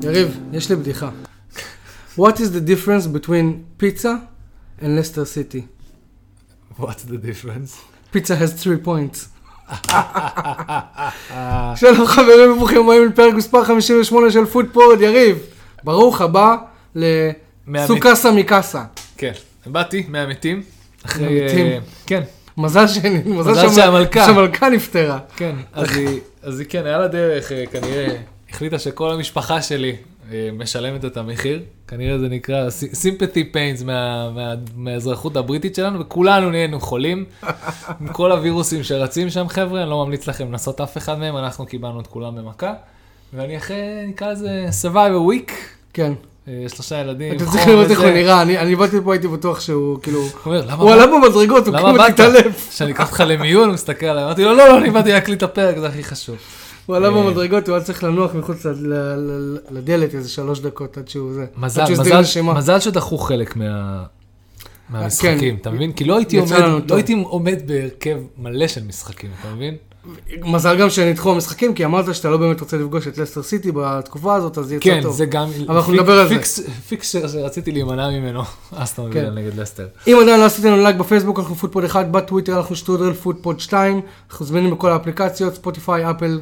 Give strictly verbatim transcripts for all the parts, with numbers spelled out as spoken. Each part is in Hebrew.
יריב, יש לי בדיחה. What is the difference between pizza and Leicester City? What's the difference? Pizza has three points. שלום חברים וברוכים הבאים לפרק מספר חמישים ושמונה של פודפוד. יריב, ברוך הבא לסוקאסה מקאסה. כן, באתי מהמתים. מהמתים? כן. מזל שהמלכה נפטרה. כן, אז היא כן, היה לה דרך, כנראה החליטה שכל המשפחה שלי משלמת את המחיר. כנראה זה נקרא sympathy pains מהאזרחות הבריטית שלנו, וכולנו נהיינו חולים. עם כל הווירוסים שרצים שם, חבר'ה, אני לא ממליץ לכם לנסות אף אחד מהם, אנחנו קיבלנו את כולם במכה. ואני אחרי, נקרא לזה survival week. כן. שלושה ילדים. אתה צריך לראות איך הוא נראה, אני באתי פה, הייתי בטוח שהוא כאילו, הוא עלה במדרגות, הוא כאילו מתעלף. שאני אקח אותך למיון, הוא מסתכל עליי, אמרתי לו, לא, לא, אני באתי להקליט את הפרק, זה הכי חשוב. הוא עלה במדרגות, הוא היה צריך לנוח מחוץ לדלת איזה שלוש דקות עד שהוא זה. מזל שדחו חלק מהמשחקים, אתה מבין? כי לא הייתי עומד בהרכב מלא של משחקים, אתה מבין? מזל גם שנדחו המשחקים, כי אמרת שאתה לא באמת רוצה לפגוש את לסטר סיטי בתקופה הזאת, אז יצא טוב. כן, זה גם פיקס שרציתי להימנע ממנו, אסטון וילה נגד לסטר. אם עדיין לא עשיתם לנו לייק בפייסבוק, אנחנו פודפוד אחד, בטוויטר אנחנו שטרודל פודפוד שתיים, אנחנו זמינים בכל האפליקציות, ספוטיפיי, אפל,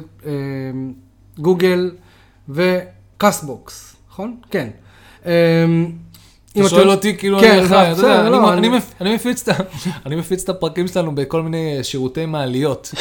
גוגל וקאסטבוקס, נכון? כן. אתה שואל אותי כאילו אני אחראי, אתה יודע, אני מפיץ את הפרקים שלנו בכל מיני שירותי מעליות,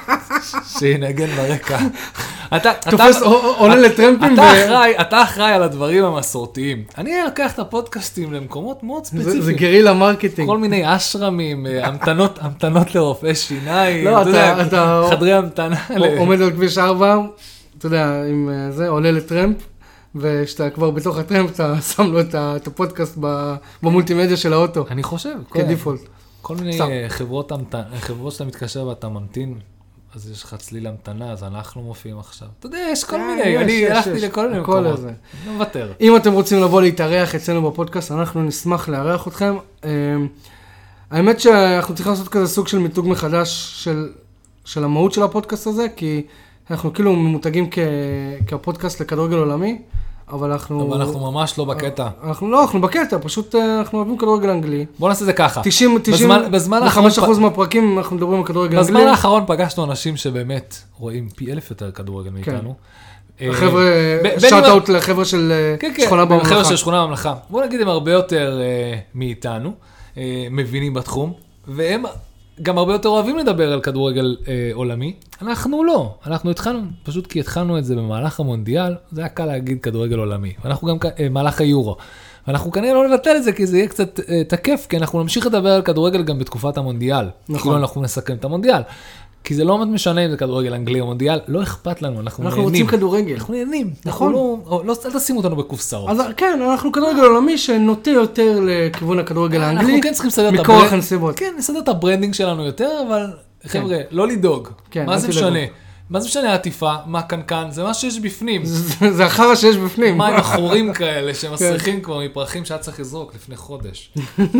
שינגן ברקע. תופס עולה לטרמפים. אתה אחראי על הדברים המסורתיים. אני לקח את הפודקאסטים למקומות מאוד ספציפיים. זה גרילה מרקטינג. כל מיני אשרמים, המתנות לרופאי שיניים, לא, אתה חדרי המתנה. עומד על כביש ארבע, אתה יודע, עם זה, עולה לטרמפ. ושאתה כבר בתוך הטרמפ, אתה שם לו את הפודקאסט במולטימדיה של האוטו. אני חושב. כדיפולט. כל מיני חברות שאתה מתקשר ואתה ממתין, אז יש לך צליל המתנה, אז אנחנו מופיעים עכשיו. אתה יודע, יש כל מיני, אני הלכתי לכל מיני מקומות. אני מוותר. אם אתם רוצים לבוא להתארח אצלנו בפודקאסט, אנחנו נשמח לארח אתכם. האמת שאנחנו צריכים לעשות כזה סוג של מיתוג מחדש של המהות של הפודקאסט הזה, כי אנחנו כאילו ממותגים כפודקאסט לכדורגל עולמי, אבל אנחנו... אבל אנחנו ממש לא בקטע. אנחנו לא, אנחנו בקטע, פשוט אנחנו אוהבים כדורגל אנגלי. בוא נעשה זה ככה. תשעים וחמישה אחוז מהפרקים אנחנו מדברים על כדורגל אנגלי. בזמן האחרון פגשנו אנשים שבאמת רואים פי אלף יותר כדורגל מאיתנו. החבר'ה, שאט-אוט לחבר'ה של שכונה בממלכה. חבר'ה של שכונה בממלכה. בוא נגיד, הם הרבה יותר מאיתנו, מבינים בתחום, והם גם הרבה יותר אוהבים לדבר על כדורגל אה, עולמי. אנחנו לא. אנחנו התחלנו, פשוט כי התחלנו את זה במהלך המונדיאל, זה היה קל להגיד כדורגל עולמי. ואנחנו גם אה, מהלך היורו. ואנחנו כנראה לא נבטל את זה, כי זה יהיה קצת אה, תקף, כי אנחנו נמשיך לדבר על כדורגל גם בתקופת המונדיאל. נכון. כאילו אנחנו נסכם את המונדיאל. כי זה לא משנה אם זה כדורגל אנגלי או מונדיאל, לא אכפת לנו, אנחנו נהנים. אנחנו רוצים כדורגל. אנחנו נהנים. נכון. לא, לא, אל תשימו אותנו בקופסאות. אז כן, אנחנו כדורגל עולמי שנוטה יותר לכיוון הכדורגל האנגלי. אנחנו כן צריכים לסדר את מכורח הנסיבות. כן, נסדר את הברנדינג שלנו יותר, אבל חבר'ה, לא לדאוג. מה זה משנה? מה זה משנה העטיפה? מה כאן כאן? זה מה שיש בפנים. זה החרא שיש בפנים. מים אחורים כאלה שמסריחים כבר מפרחים שהיה צריך לזרוק לפני חודש.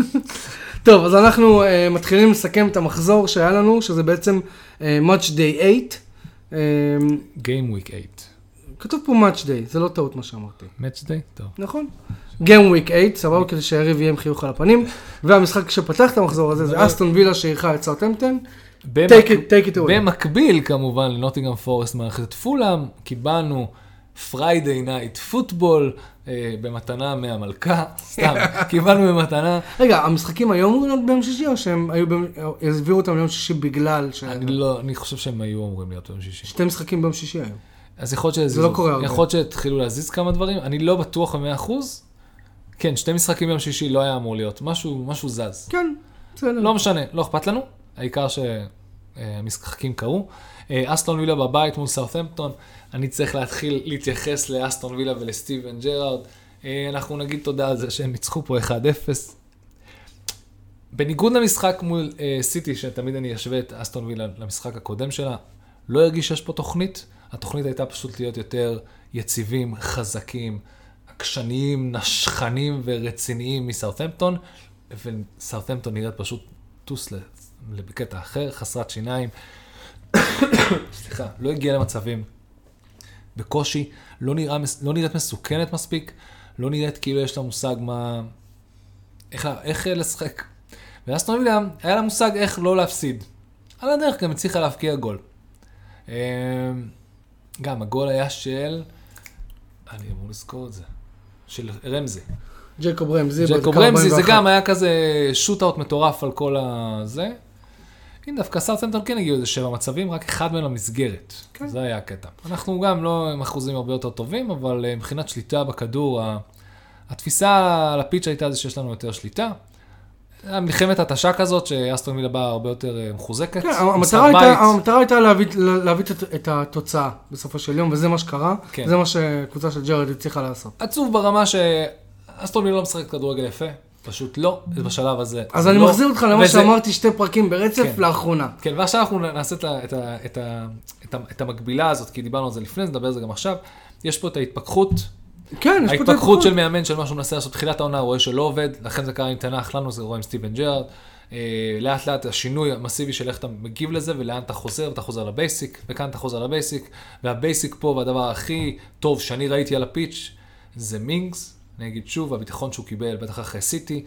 טוב, אז אנחנו מתחילים לסכם את המחזור שהיה לנו, שזה בעצם Match Day eight. Game Week eight. כתוב פה Match Day, זה לא טעות מה שאמרתי. Match Day? טוב. נכון. Game Week eight, סבבה, כדי שהיריב יהיה עם חיוך על הפנים. והמשחק שפתח את המחזור הזה זה אסטון וילה שאירחה את סאות'המפטון. take it away. במקביל כמובן לנוטינגהאם פורסט מערכת את פולהאם, קיבלנו Friday Night Football במתנה מהמלכה, סתם, קיבלנו במתנה. רגע, המשחקים היום אמורים להיות ביום שישי, או שהם הסבירו אותם ליום שישי בגלל ש... אני לא, אני חושב שהם היו אמורים להיות ביום שישי. שתי משחקים ביום שישי היום. אז יכול להיות שהתחילו להזיז כמה דברים, אני לא בטוח ב-מאה אחוז. כן, שתי משחקים ביום שישי לא היה אמור להיות, משהו זז. כן, בסדר. לא משנה, לא אכפת לנו, העיקר שהמשחקים קרו. אסטון וילה בבית מול סאות'המפטון, אני צריך להתחיל להתייחס לאסטון וילה ולסטיבן ג'רארד. אנחנו נגיד תודה על זה שהם ניצחו פה אחד אפס. בניגוד למשחק מול סיטי, שתמיד אני אשווה את אסטון וילה למשחק הקודם שלה, לא הרגיש שיש פה תוכנית. התוכנית הייתה פשוט להיות יותר יציבים, חזקים, עקשניים, נשכנים ורציניים מסאות'המפטון, וסאות'המפטון נראית פשוט טוס בקטע אחר, חסרת שיניים. סליחה, לא הגיע למצבים. בקושי, לא, נראה, לא נראית מסוכנת מספיק, לא נראית כאילו יש לה מושג מה, איך, איך לשחק. ואסטון וילה היה לה מושג איך לא להפסיד. על הדרך גם הצליחה להפקיע גול. גם הגול היה של, אני אמור לזכור את זה, של רמזי. ג'קוב רמזי. ג'קוב רמזי, זה גם היה כזה שוט-אאוט מטורף על כל הזה. הנה, דווקא סאות'המפטון כן הגיעו איזה שבע מצבים, רק אחד מהם למסגרת. כן. זה היה הקטע. אנחנו גם לא עם אחוזים הרבה יותר טובים, אבל מבחינת שליטה בכדור, התפיסה על הפיץ' הייתה זה שיש לנו יותר שליטה. מלחמת התשה כזאת, שאסטון וילה באה הרבה יותר מחוזקת. כן, המטרה הייתה, המטרה הייתה להביא, להביא את התוצאה בסופו של יום, וזה מה שקרה. כן. זה מה שקבוצה של ג'רד הצליחה לעשות. עצוב ברמה שאסטון וילה לא משחק כדורגל יפה. פשוט לא, בשלב הזה. אז אני מחזיר אותך למה שאמרתי שתי פרקים ברצף לאחרונה. כן, ועכשיו אנחנו נעשה את המקבילה הזאת, כי דיברנו על זה לפני, נדבר על זה גם עכשיו. יש פה את ההתפכחות. כן, יש פה את ההתפכחות. ההתפכחות של מאמן, של מה שהוא מנסה לעשות תחילת העונה, הוא רואה שלא עובד, לכן זה קרה עם תנח, לנו זה רואה עם סטיבן ג'רארד. לאט לאט השינוי המסיבי של איך אתה מגיב לזה, ולאן אתה חוזר, ואתה חוזר לבייסיק, וכאן אתה חוזר לבייסיק, והבייסיק פה, והדבר הכי טוב שאני ראיתי על הפיץ' זה מינגס. אני אגיד שוב, הביטחון שהוא קיבל, בטח אחרי סיטי.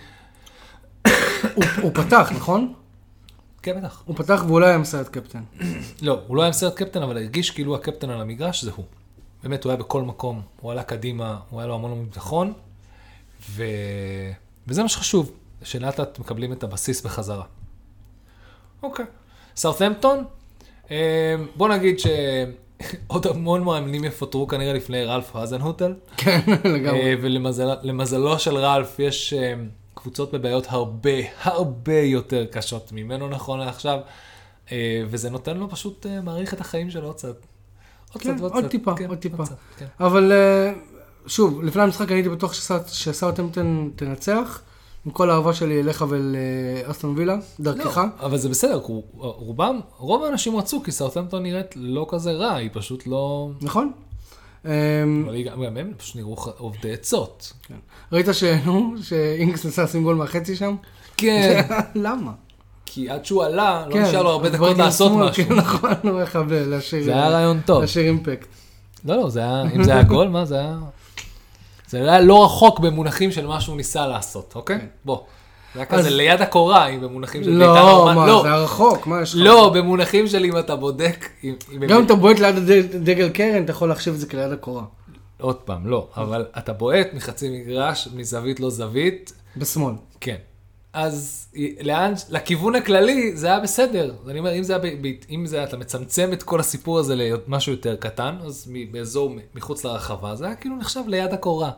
הוא פתח, נכון? כן, בטח. הוא פתח ואולי היה מסיירת קפטן. לא, הוא לא היה מסיירת קפטן, אבל הרגיש כאילו הקפטן על המגרש, זה הוא. באמת, הוא היה בכל מקום, הוא עלה קדימה, הוא היה לו המון המון ביטחון, ו... וזה מה שחשוב, שלאט לאט מקבלים את הבסיס בחזרה. אוקיי. סאות'המפטון, בוא נגיד ש... עוד המון מאמנים יפוטרו כנראה לפני רלף האזנהוטל. כן, לגמרי. ולמזלו של רלף יש קבוצות בבעיות הרבה, הרבה יותר קשות ממנו נכון לעכשיו, וזה נותן לו פשוט מעריך את החיים שלו עוד קצת. כן, עוד טיפה, עוד טיפה. אבל שוב, לפני המשחק אני הייתי בטוח שסאות'המפטון תנצח, עם כל האהבה שלי אליך ולאסטון וילה, דרכך. לא, אבל זה בסדר, רובם, רוב האנשים רצו, כי סאות'המפטון נראית לא כזה רע, היא פשוט לא... נכון. אבל גם הם פשוט נראו עובדי עצות. ראית שנו, שאינגס נסע לשים גול מהחצי שם? כן. למה? כי עד שהוא עלה, לא נשאר לו הרבה דקות לעשות משהו. נכון, הוא היה חייב להשאיר... זה היה רעיון טוב. להשאיר אימפקט. לא, לא, אם זה היה גול, מה זה היה... זה היה לא רחוק במונחים של מה שהוא ניסה לעשות, אוקיי? בוא. זה היה כזה ליד הקורה, אם במונחים של בית"ר לא, מה, זה היה רחוק, מה יש לך? לא, במונחים של אם אתה בודק... גם אם אתה בועט ליד דגל קרן, אתה יכול להחשב את זה כליד הקורה. עוד פעם, לא, אבל אתה בועט מחצי מגרש, מזווית לא זווית. בשמאל. כן. אז לאן, לכיוון הכללי זה היה בסדר. אני אומר, אם זה היה, אם זה היה, אתה מצמצם את כל הסיפור הזה למשהו יותר קטן, אז באזור מחוץ לרחבה, זה היה כאילו נחשב ליד הקורה.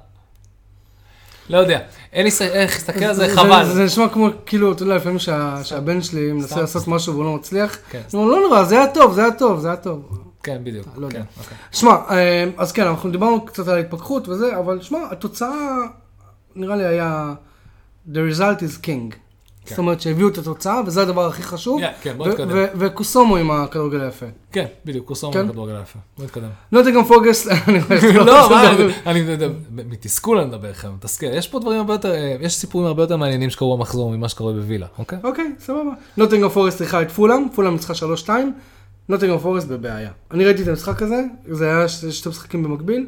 לא יודע, אין לי איך להסתכל על זה, חבל. זה נשמע כמו, כאילו, אתה יודע, לפעמים שהבן שלי מנסה לעשות משהו והוא לא מצליח, הוא לא נורא, זה היה טוב, זה היה טוב, זה היה טוב. כן, בדיוק. לא יודע. שמע, אז כן, אנחנו דיברנו קצת על ההתפכחות וזה, אבל שמע, התוצאה, נראה לי היה... The result is king. זאת אומרת שהביאו את התוצאה, וזה הדבר הכי חשוב. כן, בוא נתקדם. וקוסומו עם הכדורגל היפה. כן, בדיוק, קוסומו עם הכדורגל היפה. בוא נתקדם. נוטינגהאם פורסט, לא, מה, אני מתסכול אני מדבר לכם, תסכל. יש פה דברים הרבה יותר, יש סיפורים הרבה יותר מעניינים שקרו במחזור ממה שקורה בווילה, אוקיי? אוקיי, סבבה. נוטינגהאם פורסט צריכה את פולאם, פולאם ניצחה שלוש שתיים, נוטינגהאם פורסט בבעיה. אני ראיתי את המשחק הזה, זה היה שתי משחקים במקביל.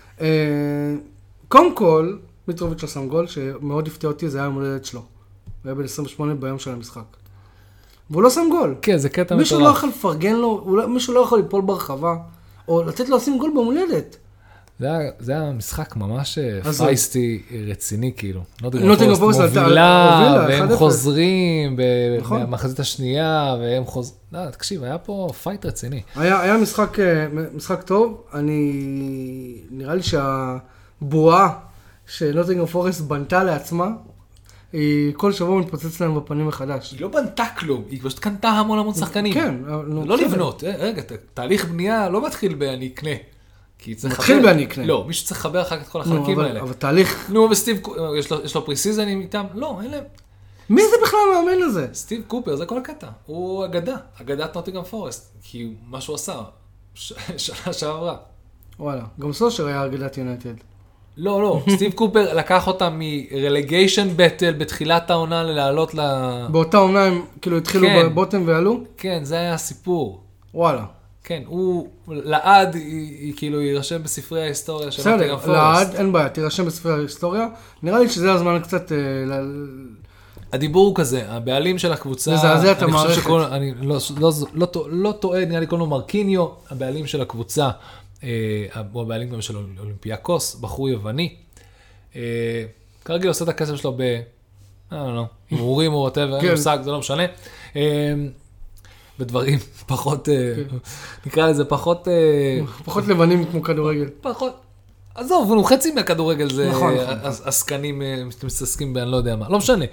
קודם כל, מיטרוביץ' עשה גול, שמאוד הפתיע אותי, זה היה המולדת שלו. הוא היה בין עשרים ושמונה ביום של המשחק. והוא לא שם גול. כן, זה קטע מטורף. מישהו לא יכול לפרגן לו, מישהו לא יכול ליפול ברחבה, או לתת לו לשים גול במולדת. זה היה משחק ממש פייסטי רציני, כאילו. נוטינגהאם פורסט מובילה, והם חוזרים במחצית השנייה, והם חוזרים... לא, תקשיב, היה פה פייט רציני. היה משחק טוב, אני... נראה לי שהבועה שנוטינגהאם פורסט בנתה לעצמה, היא כל שבוע מתפוצץ להם בפנים מחדש. היא לא בנתה כלום, היא פשוט קנתה המון המון שחקנים. כן. לא לבנות, רגע, תהליך בנייה לא מתחיל ב"אני אקנה". מתחיל ב"אני אקנה". לא, מישהו צריך לחבר אחר כך את כל החלקים האלה. אבל תהליך... נו, וסטיב, יש לו פריסיזנים איתם? לא, אין להם. מי זה בכלל המאמן הזה? סטיב קופר, זה כל הקטע. הוא אגדה, אגדת נוטינגהאם פורסט, כי מה שהוא עשה, שנה שעברה. וואלה, גם סושר היה אגדת יונייטד. לא, לא, סטיב קופר לקח אותה מרלגיישן בטל בתחילת העונה ללעלות ל... באותה עונה הם כאילו התחילו בבוטם ועלו? כן, זה היה הסיפור. וואלה. כן, הוא, לעד, היא, היא כאילו יירשם בספרי ההיסטוריה של בסדר, נוטינגהאם פורסט. לעד, אין בעיה, תירשם בספרי ההיסטוריה. נראה לי שזה הזמן קצת... אה, ל... הדיבור הוא כזה, הבעלים של הקבוצה... לזעזע את המערכת. שכל, אני לא, לא, לא, לא, לא טועה, נראה לי קוראים לו מרקיניו, הבעלים של הקבוצה, אה, הוא הבעלים גם של אולימפיאקוס, בחור יווני. אה, כרגיל עושה את הכסף שלו ב... אה, לא, לא, הימורים או whatever, אין מושג, זה לא משנה. אה, בדברים פחות, נקרא לזה פחות... פחות לבנים כמו כדורגל. פחות, עזוב, נו, חצי מהכדורגל זה עסקנים מתעסקים באני לא יודע מה, לא משנה.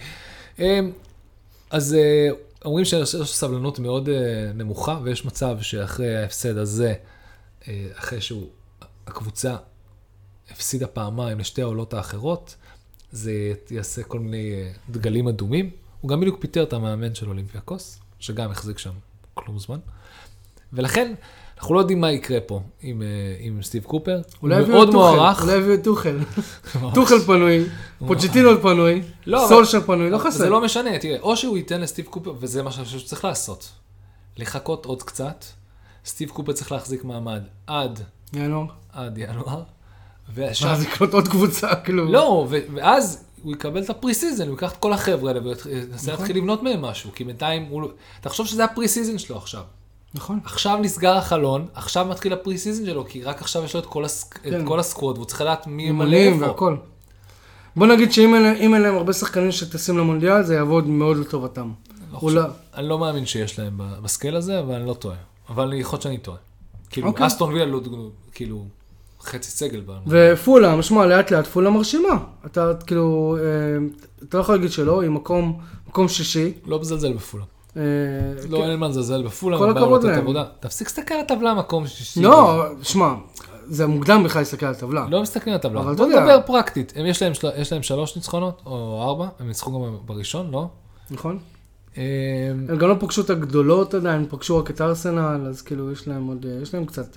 אז אומרים שיש סבלנות מאוד נמוכה, ויש מצב שאחרי ההפסד הזה, אחרי שהקבוצה הפסידה פעמיים לשתי העולות האחרות, זה יעשה כל מיני דגלים אדומים. הוא גם בדיוק פיטר את המאמן של אולימפיאקוס, שגם החזיק שם כלום זמן. ולכן, אנחנו לא יודעים מה יקרה פה עם, עם סטיב קופר. הוא מאוד מוערך. אולי הביאו את טוחל. טוחל פנוי, פוצ'טינו פנוי, סולשר פנוי, לא חסר. זה לא משנה, תראה, או שהוא ייתן לסטיב קופר, וזה מה שהוא צריך לעשות. לחכות עוד קצת. סטיב קופר צריך להחזיק מעמד עד... ינואר. עד ינואר. ואז יקרות עוד קבוצה, כאילו. לא, ואז... הוא יקבל את הפרי-סיזן, הוא ייקח את כל החבר'ה האלה, וינסה להתחיל לבנות מהם משהו, כי בינתיים הוא... אתה חושב שזה הפרי-סיזן שלו עכשיו. נכון. עכשיו נסגר החלון, עכשיו מתחיל הפרי-סיזן שלו, כי רק עכשיו יש לו את כל הסקווד, והוא צריך לדעת מי מלא איפה. והכל. בוא נגיד שאם אין להם הרבה שחקנים שטסים למונדיאל, זה יעבוד מאוד לטובתם. אני לא מאמין שיש להם בסקייל הזה, אבל אני לא טועה. אבל אני יכול שאני טועה. כאילו, אסטון וילה לא, כאילו... חצי סגל בנו. ופולה, משמע, לאט לאט, פולה מרשימה. אתה, כאילו, אתה לא יכול להגיד שלא, היא מקום, מקום שישי. לא מזלזל בפולה. לא, אין מה לזלזל בפולה. כל הכבוד להם. תפסיק להסתכל על הטבלה, מקום שישי. לא, שמע, זה מוקדם בכלל להסתכל על הטבלה. לא מסתכלים על הטבלה. בוא נדבר פרקטית. יש להם שלוש ניצחונות, או ארבע, הם ניצחו גם בראשון, לא? נכון. הם גם לא פגשו את הגדולות עדיין, הם פגשו רק את ארסנל, אז כאילו, יש להם עוד, יש להם קצת...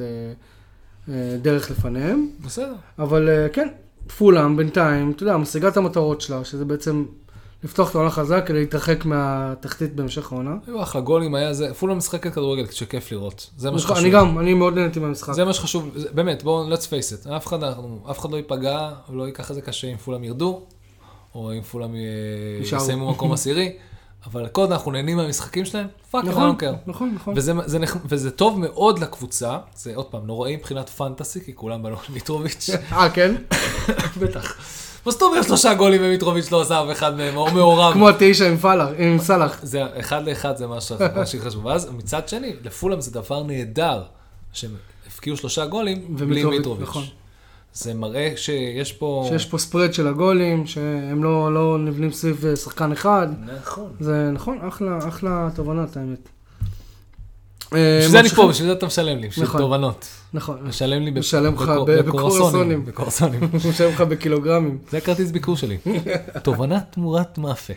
דרך לפניהם. בסדר. אבל כן, פולאם בינתיים, אתה יודע, משיגת המטרות שלה, שזה בעצם לפתוח את העונה חזק כדי להתרחק מהתחתית בהמשך העונה. היו אחלה גולים, היה זה, פולאם משחקת כדורגל שכיף לראות. זה מה שחשוב. אני גם, אני מאוד נהניתי מהמשחק. זה מה שחשוב, באמת, בואו, let's face it. אף אחד, אף אחד לא ייפגע, ולא ייקח את זה קשה אם פולאם ירדו, או אם פולאם יסיימו מקום עשירי. אבל קודם אנחנו נהנים מהמשחקים שלהם, פאק, נכון, נכון, נכון. וזה, זה, וזה טוב מאוד לקבוצה, זה עוד פעם, נוראים מבחינת פנטסי, כי כולם בנו מיטרוביץ'. אה, כן? בטח. מה זאת אומרת שלושה גולים ומיטרוביץ' לא עשה אף אחד מהם, או מעורב. כמו התשע עם סלאח. זה אחד לאחד, זה מה שחשוב. ואז מצד שני, לפולאם זה דבר נהדר, שהם הפקיעו שלושה גולים בלי מיטרוביץ'. זה מראה שיש פה... שיש פה ספרד של הגולים, שהם לא, לא נבנים סביב שחקן אחד. נכון. זה נכון, אחלה, אחלה תובנות, האמת. בשביל זה אני פה, בשביל זה אתה משלם לי, בשביל תובנות. נכון. משלם לי בקורסונים. בקורסונים. משלם לך בקילוגרמים. זה הכרטיס ביקור שלי. תובנה תמורת מאפה.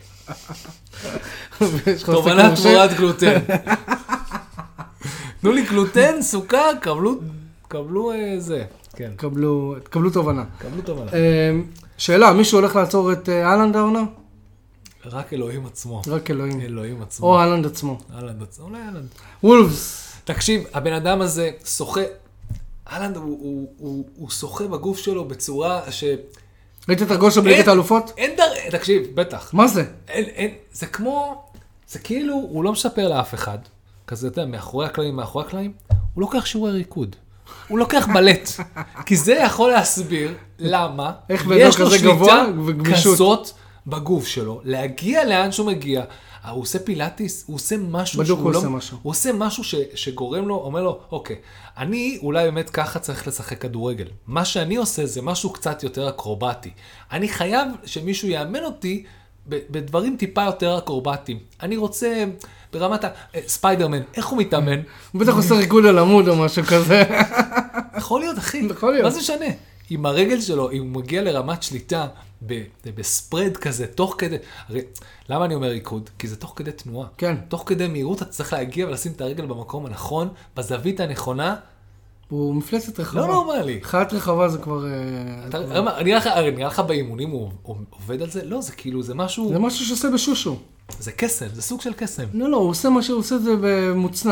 תובנה תמורת גלוטן. תנו לי גלוטן, סוכר, קבלו, קבלו זה. כן. קבלו, קבלו תובנה. קבלו תובנה. שאלה, מישהו הולך לעצור את אהלנד העונה? רק אלוהים עצמו. רק אלוהים. אלוהים עצמו. או אהלנד עצמו. אהלנד עצמו, אולי אהלנד. וולפס. תקשיב, הבן אדם הזה שוחה, אהלנד הוא, הוא, הוא, הוא שוחה בגוף שלו בצורה ש... ראית את הגול של בליגת האלופות? אין דר... תקשיב, בטח. מה זה? אין, אין, זה כמו... זה כאילו, הוא לא משפר לאף אחד. כזה, אתה יודע, מאחורי הקלעים, מאחורי הקלעים, הוא לוקח שיעורי ריקוד. הוא לוקח בלט, כי זה יכול להסביר למה יש לו שליטה כזאת בגוף שלו, להגיע לאן שהוא מגיע, הוא עושה פילאטיס, הוא עושה משהו, בדיוק הוא עושה משהו. הוא עושה משהו שגורם לו, אומר לו, אוקיי, אני אולי באמת ככה צריך לשחק כדורגל, מה שאני עושה זה משהו קצת יותר אקרובטי, אני חייב שמישהו יאמן אותי בדברים טיפה יותר אקרובטיים, אני רוצה... ברמת הספיידרמן, איך הוא מתאמן? הוא בטח עושה ריקוד על עמוד או משהו כזה. יכול להיות, אחי. יכול להיות. מה זה שונה? עם הרגל שלו, אם הוא מגיע לרמת שליטה, בספרד כזה, תוך כדי... הרי, למה אני אומר ריקוד? כי זה תוך כדי תנועה. כן. תוך כדי מהירות, אתה צריך להגיע ולשים את הרגל במקום הנכון, בזווית הנכונה. הוא מפלצת רחבה. לא נורמלי. חיית רחבה זה כבר... נראה לך באימונים הוא עובד על זה? לא, זה כאילו, זה משהו... זה משהו שעושה בשושו. זה קסם, זה סוג של קסם. לא, לא, הוא עושה מה שהוא עושה את זה במוצנע.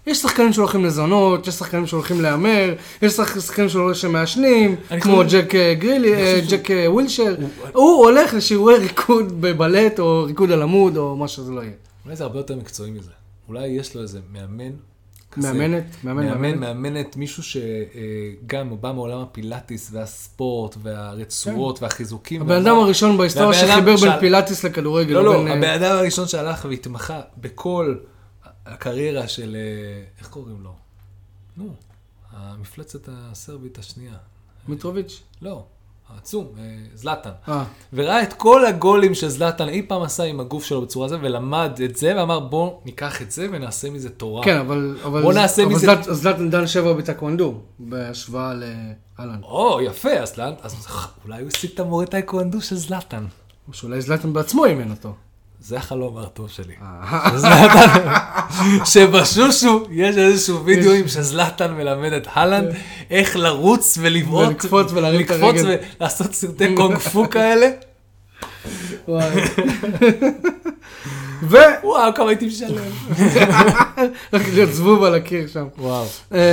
יש שחקנים שהולכים לזונות, יש שחקנים שהולכים להמר, יש שחקנים שמעשנים, כמו ג'ק גרילי, ג'ק ווילשר. הוא הולך לשיעורי ריקוד בבלט, או ריקוד על עמוד, או מה שזה לא יהיה. אולי זה הרבה יותר מקצועי מזה. אולי יש לו איזה מאמן. מאמנת, מאמן, מאמן, מאמנת, מישהו שגם בא מעולם הפילאטיס והספורט והרצועות והחיזוקים. הבן אדם הראשון בהיסטוריה שחיבר בין פילאטיס לכדורגל. לא, לא, הבן אדם הראשון שהלך והתמחה בכל הקריירה של, איך קוראים לו? נו, המפלצת הסרבית השנייה. מיטרוביץ'? לא. העצום, זלטן. וראה את כל הגולים שזלטן אי פעם עשה עם הגוף שלו בצורה הזה, ולמד את זה, ואמר בוא ניקח את זה ונעשה מזה תורה. כן, אבל, בוא נעשה מזה... אבל זלטן דן שבע בטקוונדו, בהשוואה לאלן. או, יפה, אז אולי הוא השיג את המורה טאיקוונדו של זלטן. או שאולי זלטן בעצמו אימן אותו. זה החלום הטוב שלי. שבשושו יש איזשהו וידאוים שזלטן מלמד את הלנד איך לרוץ ולבעוט. ולקפוץ ולהרים את הרגל. לקפוץ ולעשות סרטי קונג פו כאלה. וואי. וואו, כמה הייתי משלם. רק להיות זבוב על הקיר שם. וואו.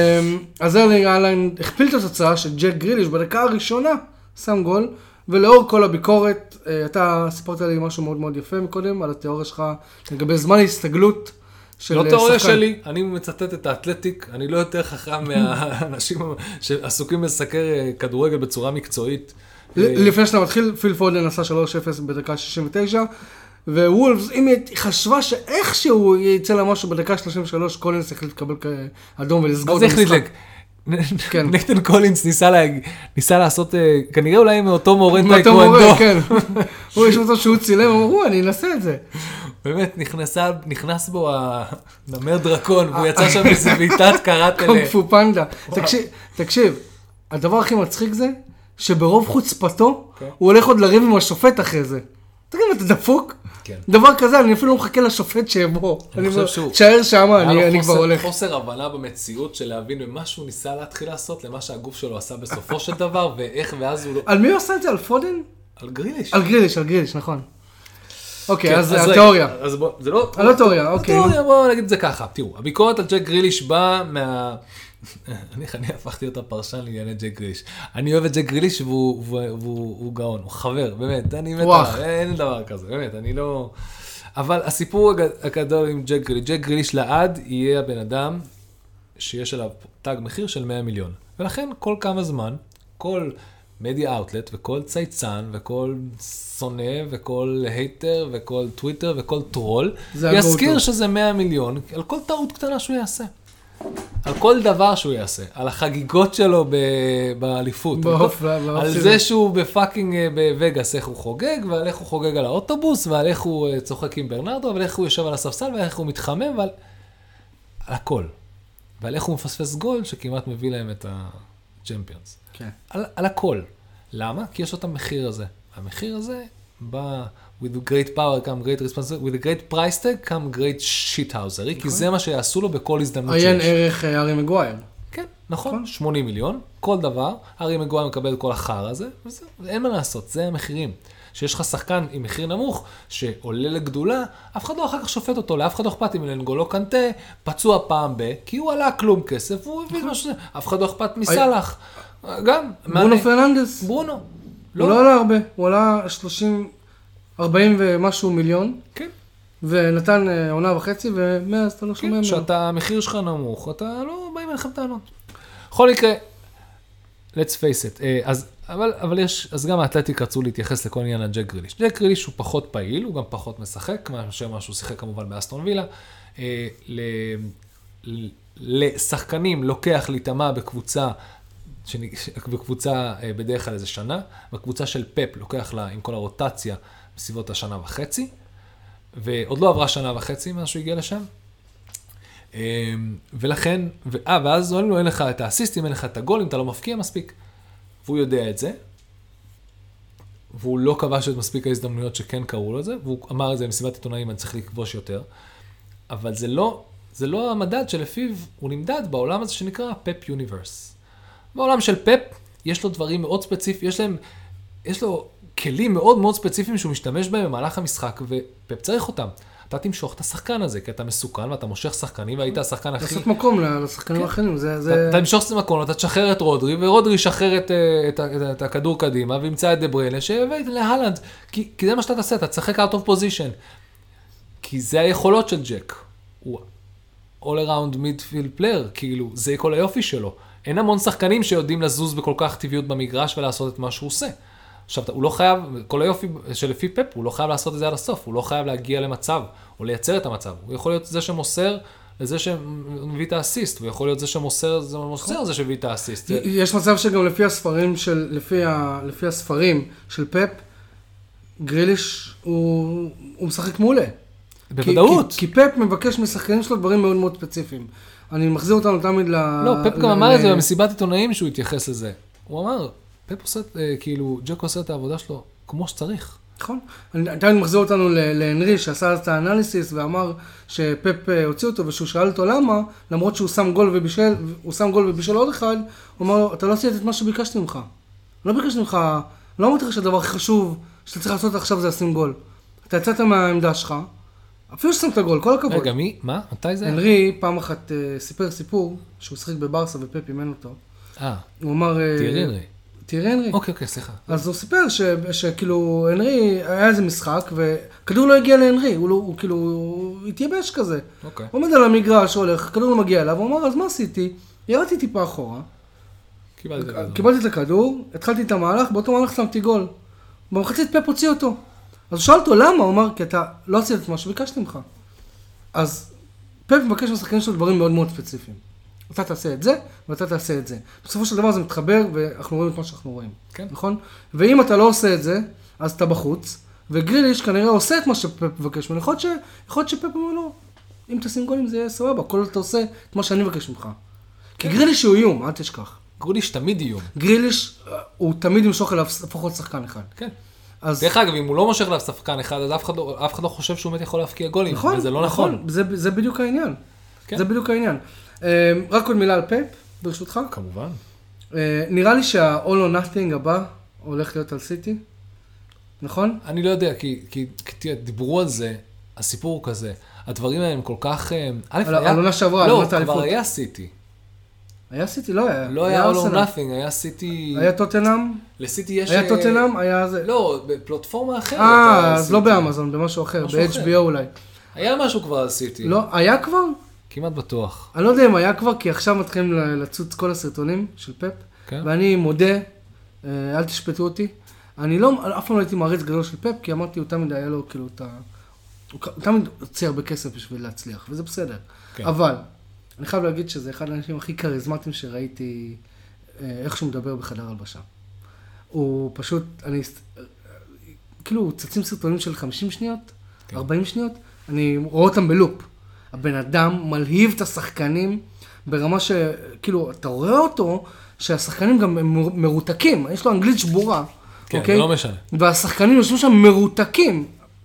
אז ארלינג הלנד הכפיל את התוצאה שג'ק גריליש בדקה הראשונה שם גול. ולאור כל הביקורת, אתה סיפרת לי משהו מאוד מאוד יפה מקודם, על התיאוריה שלך לגבי זמן ההסתגלות של שחקן. לא תיאוריה שלי, אני מצטט את האתלטיק, אני לא יותר חכם מהאנשים שעסוקים לסקר כדורגל בצורה מקצועית. לפני שאתה מתחיל, פיל פודן עשה שלוש אפס בדקה שישים ותשע, ווולפס, אם היא חשבה שאיכשהו יצא לה משהו בדקה שלושים ושלוש, קולינס החליט לקבל אדום ולסגור את המשחק. נייתן קולינס ניסה לעשות, כנראה אולי מאותו מורה טייקוונדו. כן. הוא יש מצב שהוא צילם, הוא אמרו, אני אנסה את זה. באמת, נכנס בו הנמר דרקון, והוא יצא שם איזה בעיטת קראטה. קונג פו פנדה. תקשיב, הדבר הכי מצחיק זה, שברוב חוצפתו, הוא הולך עוד לריב עם השופט אחרי זה. תגיד, אתה דפוק? דבר כזה, אני אפילו מחכה לשופט שיבוא. אני חושב שהוא... תשאר שם, אני כבר הולך. חוסר הבנה במציאות של להבין במה שהוא ניסה להתחיל לעשות, למה שהגוף שלו עשה בסופו של דבר, ואיך ואז הוא לא... על מי הוא עשה את זה? על פודן? על גריליש. על גריליש, על גריליש, נכון. אוקיי, אז התיאוריה. אז בוא, זה לא... על התיאוריה, אוקיי. התיאוריה, בואו נגיד את זה ככה. תראו, הביקורת על ג'ק גריליש באה מה... אני הפכתי אותה פרשן לענייני ג'ק גריליש. אני אוהב את ג'ק גריליש והוא גאון, הוא חבר, באמת, אני מת עליו, אין דבר כזה, באמת, אני לא... אבל הסיפור הגדול עם ג'ק גריליש, ג'ק גריליש לעד יהיה הבן אדם שיש עליו תג מחיר של מאה מיליון. ולכן כל כמה זמן, כל מדיה אאוטלט וכל צייצן וכל שונא וכל הייטר וכל טוויטר וכל טרול, יזכיר שזה מאה מיליון על כל טעות קטנה שהוא יעשה. על כל דבר שהוא יעשה, על החגיגות שלו באליפות, על זה שהוא בפאקינג בווגאס, איך הוא חוגג, ועל איך הוא חוגג על האוטובוס, ועל איך הוא צוחק עם ברנרדו, ועל איך הוא יושב על הספסל, ועל איך הוא מתחמם, ועל על הכל. ועל איך הוא מפספס גול שכמעט מביא להם את הצ'מפיונס. כן. על, על הכל. למה? כי יש לו את המחיר הזה. המחיר הזה בא... with great power come great responsibility, with a great price tag come great shithousery, כי זה מה שיעשו לו בכל הזדמנות שיש. עיין ערך הארי מגווייר. כן, נכון, שמונים מיליון, כל דבר, הארי מגווייר מקבל את כל החר הזה, אין מה לעשות, זה המחירים. שיש לך שחקן עם מחיר נמוך, שעולה לגדולה, אף אחד לא אחר כך שופט אותו, לאף אחד לא אכפת אם לנגולו קנטה, פצוע פעם ב, כי הוא עלה כלום כסף, הוא הביא משהו שזה, אף אחד לא אכפת מסלח. גם, ברונו פרננדס. ברונו. הוא לא עלה הרבה, הוא עלה שלושים... ארבעים ומשהו מיליון. כן. ונתן עונה וחצי, ומאז אתה לא שומע ממנו. כן, שאתה, המחיר שלך נמוך, אתה לא באים אליכם טענות. בכל מקרה, let's face it. אז, אבל, אבל יש, אז גם האתלטיק רצו להתייחס לכל עניין הג'ק גריליש. ג'ק גריליש הוא פחות פעיל, הוא גם פחות משחק, מאשר מה שהוא שיחק כמובן באסטון וילה. לשחקנים לוקח להתאמה בקבוצה, בקבוצה בדרך כלל איזה שנה, בקבוצה של פפ לוקח לה עם כל הרוטציה בסביבות השנה וחצי, ועוד לא עברה שנה וחצי מאז שהוא הגיע לשם. ולכן, אה, ואז אין לו, אין לך את האסיסטים, אין לך את הגול, אם אתה לא מפקיע מספיק. והוא יודע את זה, והוא לא כבש את מספיק ההזדמנויות שכן קראו לו את זה, והוא אמר את זה במסיבת עיתונאים, אני צריך לכבוש יותר. אבל זה לא, זה לא המדד שלפיו הוא נמדד בעולם הזה שנקרא פפ יוניברס. בעולם של פפ יש לו דברים מאוד ספציפיים, יש להם, יש לו כלים מאוד מאוד ספציפיים שהוא משתמש בהם במהלך המשחק, ופפ צריך אותם. אתה תמשוך את השחקן הזה, כי אתה מסוכן ואתה מושך שחקנים, והיית השחקן הכי... לעשות מקום לשחקנים האחרים, זה... אתה תמשוך את המקום, אתה תשחרר את רודרי, ורודרי ישחרר את הכדור קדימה, וימצא את דבריינה, שיביא להלנד, כי זה מה שאתה תעשה, אתה תשחק out of position. כי זה היכולות של ג'ק. הוא all around midfield player, כאילו, זה כל היופי שלו. אין המון שחקנים שיודעים לזוז בכל כך טבעיות במגרש ולעשות את מה שהוא עושה. עכשיו, הוא לא חייב, כל היופי שלפי פפ, הוא לא חייב לעשות את זה עד הסוף, הוא לא חייב להגיע למצב, או לייצר את המצב. הוא יכול להיות זה שמוסר לזה שמביא את האסיסט, הוא יכול להיות זה שמוסר, זה מוסר זה שמביא את האסיסט. יש מצב שגם לפי הספרים של, לפי, ה, לפי הספרים של פפ, גריליש הוא, הוא משחק מעולה. בוודאות. כי, כי, כי פפ מבקש משחקנים שלו דברים מאוד מאוד ספציפיים. אני מחזיר אותנו תמיד ל... לא, פפ גם אמר את זה במסיבת עיתונאים שהוא התייחס לזה. הוא אמר, פפ עושה, כאילו, ג'ק עושה את העבודה שלו כמו שצריך. נכון. אני עדיין מחזיר אותנו להנרי, שעשה את האנליסיס ואמר שפפ הוציא אותו ושהוא שאל אותו למה, למרות שהוא שם גול ובישל, הוא שם גול ובישל עוד אחד, הוא אמר לו, אתה לא עשית את מה שביקשתי ממך. לא ביקשתי ממך, לא אמרתי לך שהדבר הכי חשוב שאתה צריך לעשות עכשיו זה לשים גול. אתה יצאת מהעמדה שלך, אפילו ששמת גול, כל הכבוד. רגע, מי? מה? מתי זה? הנרי פעם אחת סיפר סיפור, שהוא שחק בברסה ופפ אימן אותו. אה, הוא אמר... תיארי הנרי. תיארי הנרי. אוקיי, אוקיי, סליחה. אז הוא סיפר ש, שכאילו הנרי היה איזה משחק וכדור לא הגיע להנרי, הוא, לא, הוא כאילו הוא התייבש כזה. אוקיי. הוא עומד על המגרש, הולך, כדור לא מגיע אליו, הוא אמר, אז מה עשיתי? ירדתי טיפה אחורה, קיבלתי את הכדור. קיבלתי את הכדור, התחלתי את המהלך, באותו מהלך שמתי גול. במחצית פפ הוציא אותו. אז הוא שאל אותו למה? הוא אמר, כי אתה לא עשית את מה שביקשתי ממך. אז פפ מבקש מהשחקנים שלו דברים מאוד מאוד ספציפיים. אתה תעשה את זה, ואתה תעשה את זה. בסופו של דבר זה מתחבר, ואנחנו רואים את מה שאנחנו רואים. כן. נכון? ואם אתה לא עושה את זה, אז אתה בחוץ, וגריליש כנראה עושה את מה שפפ מבקש ממנו. יכול להיות שפפ אומר לו, אם תשים גולים זה יהיה סבבה, כל אתה עושה את מה שאני מבקש ממך. כי גריליש הוא איום, אל תשכח. גריליש תמיד איום. גריליש, הוא תמיד ימשוך אליו לפחות שחקן אחד. כן. אז... דרך אגב, אם הוא לא מושך אליו שחקן אחד, אז אף אחד לא, אף אחד לא חושב שהוא באמת יכול להפקיע גולים. נכון, וזה לא נכון. נכון. זה, זה בדיוק העניין. כן. זה בדיוק העניין. רק עוד מילה על פפ, ברשותך. כמובן. נראה לי שה-all or nothing הבא הולך להיות על סיטי, נכון? אני לא יודע, כי, כי, כי דיברו על זה, הסיפור הוא כזה, הדברים האלה הם כל כך... על עונה שעברה, לא, כבר היה סיטי. היה סיטי? לא היה. לא היה all or nothing, היה סיטי... היה טוטנאם? לסיטי יש... היה טוטנאם? היה זה... לא, בפלטפורמה אחרת. אה, אז לא באמזון, במשהו אחר, ב-אייץ' בי או אולי. היה משהו כבר על סיטי. לא, היה כבר? כמעט בטוח. אני לא יודע אם היה כבר, כי עכשיו מתחילים לצוץ כל הסרטונים של פפ, כן. ואני מודה, אל תשפטו אותי, אני לא, אף פעם לא הייתי מעריץ גדול של פפ, כי אמרתי, הוא תמיד היה לו, כאילו, אתה, הוא תמיד הוציא הרבה כסף בשביל להצליח, וזה בסדר. כן. אבל, אני חייב להגיד שזה אחד האנשים הכי כריזמטיים שראיתי, איך שהוא מדבר בחדר הלבשה. הוא פשוט, אני, כאילו, צצים סרטונים של חמישים שניות, כן. ארבעים שניות, אני רואה אותם בלופ. הבן אדם מלהיב את השחקנים ברמה שכאילו, אתה רואה אותו שהשחקנים גם מרותקים, יש לו אנגלית שבורה. כן, אוקיי? זה לא משנה. והשחקנים יושבים שם מרותקים.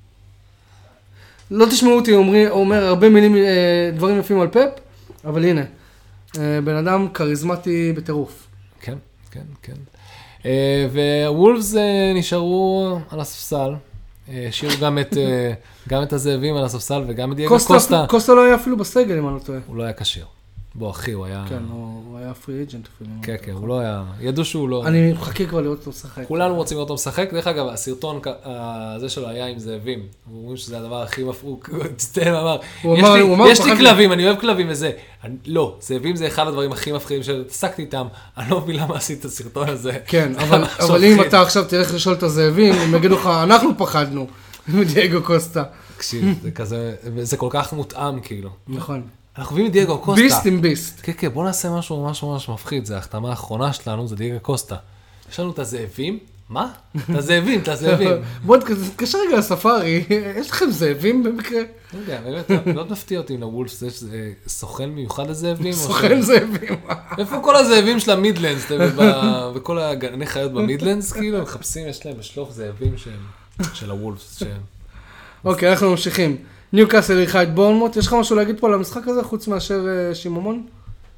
לא תשמעו אותי אומר, אומר הרבה מילים, דברים יפים על פפ, אבל הנה, בן אדם כריזמטי בטירוף. כן, כן, כן. ווולפס נשארו על הספסל. השאירו גם את, גם את הזאבים על הספסל וגם את דייגו קוסטה. קוסטה לא היה אפילו בסגל, אם אני לא טועה. הוא לא היה קשיר. בוא, אחי, הוא היה... כן, הוא היה פרי אג'נט אפילו. כן, כן, הוא לא היה... ידעו שהוא לא... אני מחכה כבר לראות אותו משחק. כולנו רוצים לראות אותו משחק. דרך אגב, הסרטון הזה שלו היה עם זאבים. הוא אומרים שזה הדבר הכי מפעוק. תסתן, אמר, יש לי כלבים, אני אוהב כלבים וזה. לא, זאבים זה אחד הדברים הכי מפחידים שהתעסקתי איתם. אני לא מבין למה עשית את הסרטון הזה. כן, אבל אם אתה עכשיו תלך לשאול את הזאבים, הם יגידו לך, אנחנו פחדנו מדייגו קוסטה. תקשיב, זה כזה, זה כל כך מותאם כאילו. נכון. אנחנו מביאים את דייגו קוסטה. ביסט עם ביסט. כן, כן, בוא נעשה משהו ממש ממש מפחיד. זה ההחתמה האחרונה שלנו, זה דייגו קוסטה. יש לנו את הזאבים. מה? את הזאבים, את הזאבים. בוא תקשר רגע לספארי, יש לכם זאבים במקרה? לא יודע, באמת, לא תפתיע אותי אם לוולפס יש סוכן מיוחד לזאבים. סוכן זאבים. איפה כל הזאבים של המידלנדס, וכל הגני חיות במידלנדס, כאילו, מחפשים, יש להם לשלוח זאבים של הוולפס. אוקיי, אנחנו ממשיכים. ניוקאסל אירחה את בורנמוט, יש לך משהו להגיד פה על המשחק הזה, חוץ מאשר שיממון?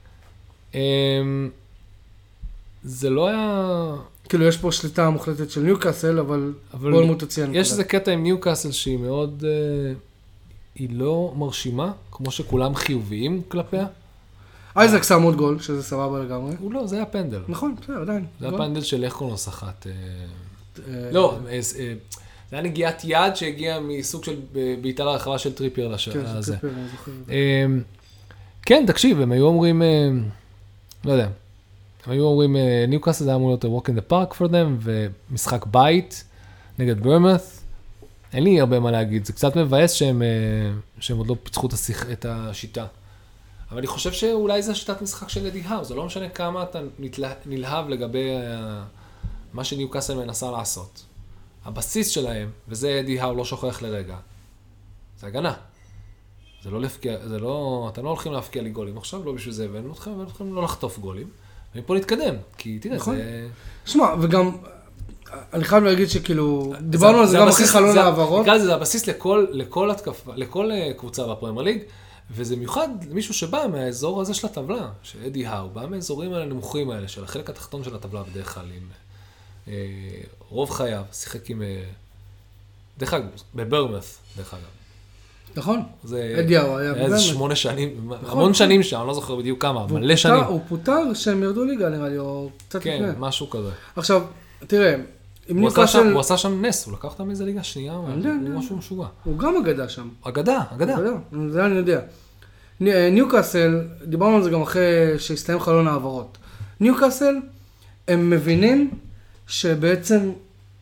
זה לא היה... כאילו, יש פה שליטה מוחלטת של ניוקאסל, אבל בורנמוט הוציאה נקודה. יש איזה קטע עם ניוקאסל שהיא מאוד... היא לא מרשימה, כמו שכולם חיוביים כלפיה. אייזק שם עוד גול, שזה סבבה לגמרי. הוא לא, זה היה פנדל. נכון, בסדר, עדיין. זה היה פנדל של איך קוראים לו סחט. לא, זה היה נגיעת יד שהגיעה מסוג של בעיטה לרחבה של טריפייר לזה. כן, זה טריפייר, אני זוכר. כן, תקשיב, הם היו אומרים, לא יודע, הם היו אומרים, ניוקאסל זה היה אמור להיות walk in the park for them, ומשחק בית נגד ברמת'. אין לי הרבה מה להגיד, זה קצת מבאס שהם, שהם עוד לא פיצחו את השיטה. אבל אני חושב שאולי זה שיטת משחק של אדי האו, זה לא משנה כמה אתה נלהב לגבי מה שניוקאסל מנסה לעשות. הבסיס שלהם, וזה אדי האו לא שוכח לרגע, זה הגנה. זה לא להפקיע, זה לא, אתם לא הולכים להפקיע לי גולים עכשיו, לא בשביל זה הבאנו אתכם, ואתם הולכים לא לחטוף גולים. ומפה נתקדם, כי תראה, נכון. זה... שמע, וגם, אני חייב להגיד שכאילו, דיברנו על זה גם אחרי חלון העברות. נקרא לזה, זה הבסיס לכל, לכל התקפה, לכל קבוצה בפרמייר ליג, וזה מיוחד למישהו שבא מהאזור הזה של הטבלה, שאדי האו, בא מהאזורים האלה נמוכים האלה, של החלק התחתון של הטבלה בדרך כלל, עם אה, רוב חייו, שיחק עם, אה, דרך אגב, בברמת' דרך אגב. נכון, זה אדי האו היה היה איזה שמונה שנים, המון שנים שם, אני לא זוכר בדיוק כמה, מלא שנים. הוא פוטר שהם ירדו ליגה נראה לי, או קצת לפני. כן, משהו כזה. עכשיו, תראה, אם הוא ניוקאסל... עשה שם נס, הוא לקח אותם איזה ליגה שנייה, הוא משהו משוגע. הוא גם אגדה שם. אגדה, אגדה. זה אני יודע. ניוקאסל, דיברנו על זה גם אחרי שהסתיים חלון העברות. ניוקאסל, הם מבינים שבעצם...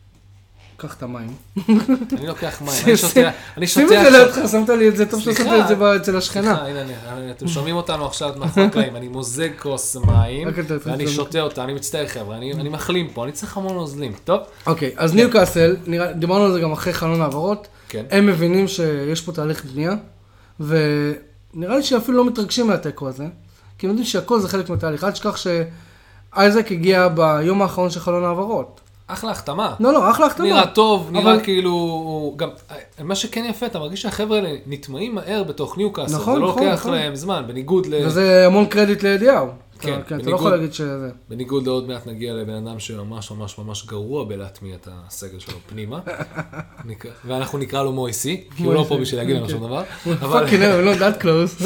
קח את המים. אני לוקח מים, אני שותה... שים את זה לידך, שמת לי את זה, טוב ששמת את זה אצל השכנה. סליחה, הנה, הנה, אתם שומעים אותנו עכשיו מאחורי הקלעים, אני מוזג כוס מים, ואני שותה אותה, אני מצטער חבר'ה, אני מחלים פה, אני צריך המון נוזלים, טוב? אוקיי, אז ניוקאסל, דיברנו על זה גם אחרי חלון העברות, הם מבינים שיש פה תהליך בנייה, ונראה לי שאפילו לא מתרגשים מהטקו הזה, כי הם יודעים שהכל זה חלק מהתהליך, אל תשכח שאייזק הגיע ביום האחרון של חלון העברות. אחלה החתמה. לא, לא, אחלה החתמה. נראה טוב, נראה אבל... כאילו, גם, מה שכן יפה, אתה מרגיש שהחבר'ה האלה נטמעים מהר בתוך ניוקאסל, נכון, זה לא נכון, לוקח נכון. להם זמן, בניגוד ל... וזה המון קרדיט לידיעו. כן, אתה, בניגוד, אתה לא יכול להגיד שזה... בניגוד לעוד מעט נגיע לבן אדם שממש ממש ממש גרוע בלהטמיע את הסגל שלו פנימה, ואנחנו נקרא לו מויסי, כי הוא לא פה בשביל להגיד לנו שום דבר. פאקינג, הוא לא that close.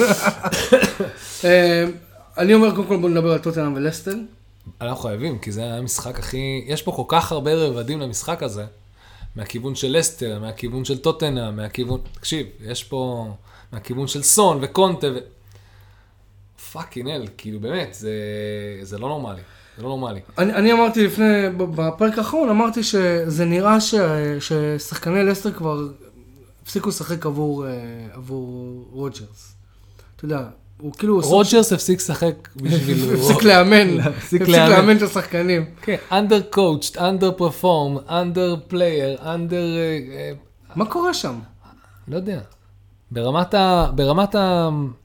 אני אומר, קודם כל בוא נדבר על טוטנהאם ולסטר. אנחנו חייבים, כי זה המשחק הכי... יש פה כל כך הרבה רבדים למשחק הזה, מהכיוון של לסטר, מהכיוון של טוטנהאם, מהכיוון... תקשיב, יש פה... מהכיוון של סון וקונטה ו... פאקינג אל, כאילו באמת, זה, זה לא נורמלי. זה לא נורמלי. אני, אני אמרתי לפני, בפרק האחרון, אמרתי שזה נראה ש, ששחקני לסטר כבר הפסיקו לשחק עבור, עבור רוג'רס. אתה יודע, הוא כאילו... רוג'רס הפסיק לשחק בשביל... הפסיק לאמן, הפסיק לאמן את השחקנים. כן, under coached, under perform, under player, under... מה קורה שם? לא יודע. ברמת ה... ברמת ה...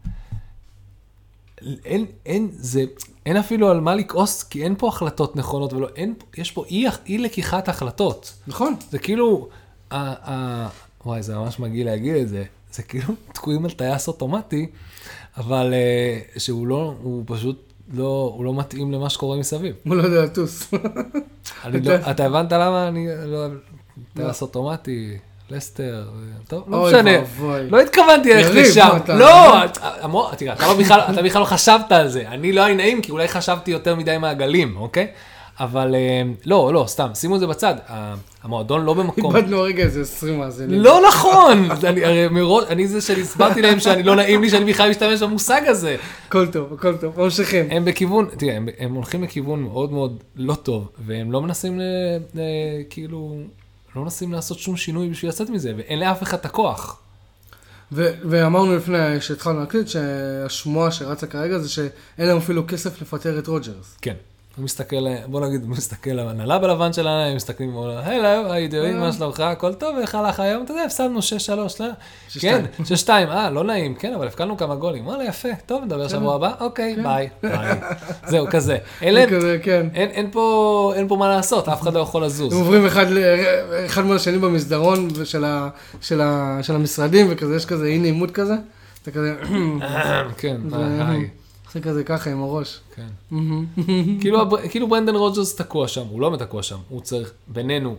אין, אין, זה, אין אפילו על מה לכעוס, כי אין פה החלטות נכונות, ולא, אין, יש פה אי, אי לקיחת החלטות. נכון. זה כאילו, ה, ה, וואי, זה ממש מגיע להגיד את זה, זה כאילו תקועים על טייס אוטומטי, אבל uh, שהוא לא, הוא פשוט לא, הוא לא מתאים למה שקורה מסביב. הוא לא יודע לטוס. אני לא, אתה הבנת למה אני לא, טייס אוטומטי? לסטר, טוב, לא משנה, לא התכוונתי ללכת לשם, לא, תראה, אתה בכלל לא חשבת על זה, אני לא היה נעים, כי אולי חשבתי יותר מדי מעגלים, אוקיי? אבל לא, לא, סתם, שימו את זה בצד, המועדון לא במקום. איבדנו הרגע איזה עשרים מאזינים. לא נכון, אני זה שהסברתי להם שאני לא נעים לי, שאני בכלל משתמש במושג הזה. הכל טוב, הכל טוב, ממשיכים. הם בכיוון, תראה, הם הולכים לכיוון מאוד מאוד לא טוב, והם לא מנסים כאילו... לא מנסים לעשות שום שינוי בשביל לצאת מזה, ואין לאף אחד את הכוח. ואמרנו לפני שהתחלנו להקליט, שהשמועה שרצה כרגע זה שאין להם אפילו כסף לפטר את רוג'רס. כן. הוא מסתכל, בוא נגיד, הוא מסתכל על הנהלה בלבן שלנו, הם מסתכלים ואומרים, הלו, הידועים, מה שלומך, הכל טוב, איך הלך היום, אתה יודע, הפסדנו שש שלוש, לא? כן, שש שתיים, אה, לא נעים, כן, אבל הפקלנו כמה גולים, וואלה, יפה, טוב, נדבר שבוע הבא, אוקיי, ביי, ביי. זהו, כזה. אין פה מה לעשות, אף אחד לא יכול לזוז. הם עוברים אחד מול השני במסדרון של המשרדים, וכזה, יש כזה אי נעימות כזה, אתה כזה... כן, היי. זה כזה ככה עם הראש. כן. כאילו ברנדן רוג'רס תקוע שם, הוא לא מתקוע שם, הוא צריך בינינו,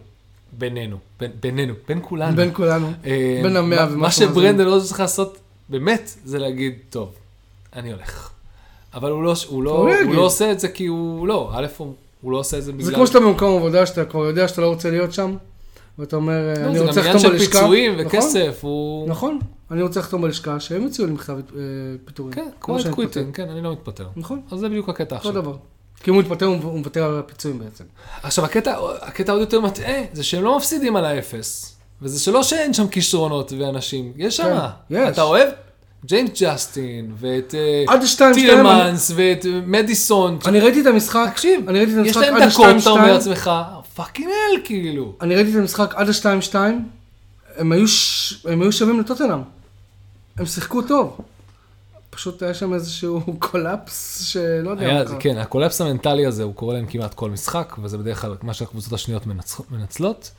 בינינו, בין, בינינו, בין כולנו. בין כולנו, אה, בין המאה מה, ומשהו. מה שברנדן לא צריך לעשות, באמת, זה להגיד, טוב, אני הולך. אבל הוא לא, הוא לא, הוא הוא לא עושה את זה כי הוא לא, א' הוא, הוא לא עושה את זה בגלל... זה כמו שאתה במקום עבודה, שאתה כבר יודע שאתה לא רוצה להיות שם, ואתה אומר, לא, אני רוצה לחתום בלשכה. זה גם בלשכה. עניין של פיצויים נכון? וכסף, הוא... נכון, אני רוצה לחתום בלשכה, שהם יציעו לי מכתב אה, פיטורים. כן, כמו את קוויטינג, כן, אני לא מתפטר. נכון. אז זה בדיוק הקטע עכשיו. אותו דבר. כי אם הוא מתפטר, הוא מוותר על הפיצויים בעצם. עכשיו, הקטע, הקטע עוד יותר מטעה, זה שהם לא מפסידים על האפס. וזה שלא שאין שם כישרונות ואנשים. יש שם. יש. אתה אוהב? ג'יימס ג'סטין, ואת עד השתיים, טילמנס, ואת מדיסון. אני ראיתי את המשחק. תקשיב, אני ראיתי את יש המשחק להם עד דקות, השתיים אתה אומר שתיים. לעצמך, פאקינג אל, כאילו. אני ראיתי את המשחק עד השתיים שתיים. הם היו ש- הם היו שווים לטוטנהאם. הם שיחקו טוב. פשוט היה שם איזשהו קולאפס שלא יודע. היה, מה קרה. כן, הקולפס המנטלי הזה, הוא קורה להם כמעט כל משחק, וזה בדרך כלל מה שהקבוצות השניות מנצ- מנצלות.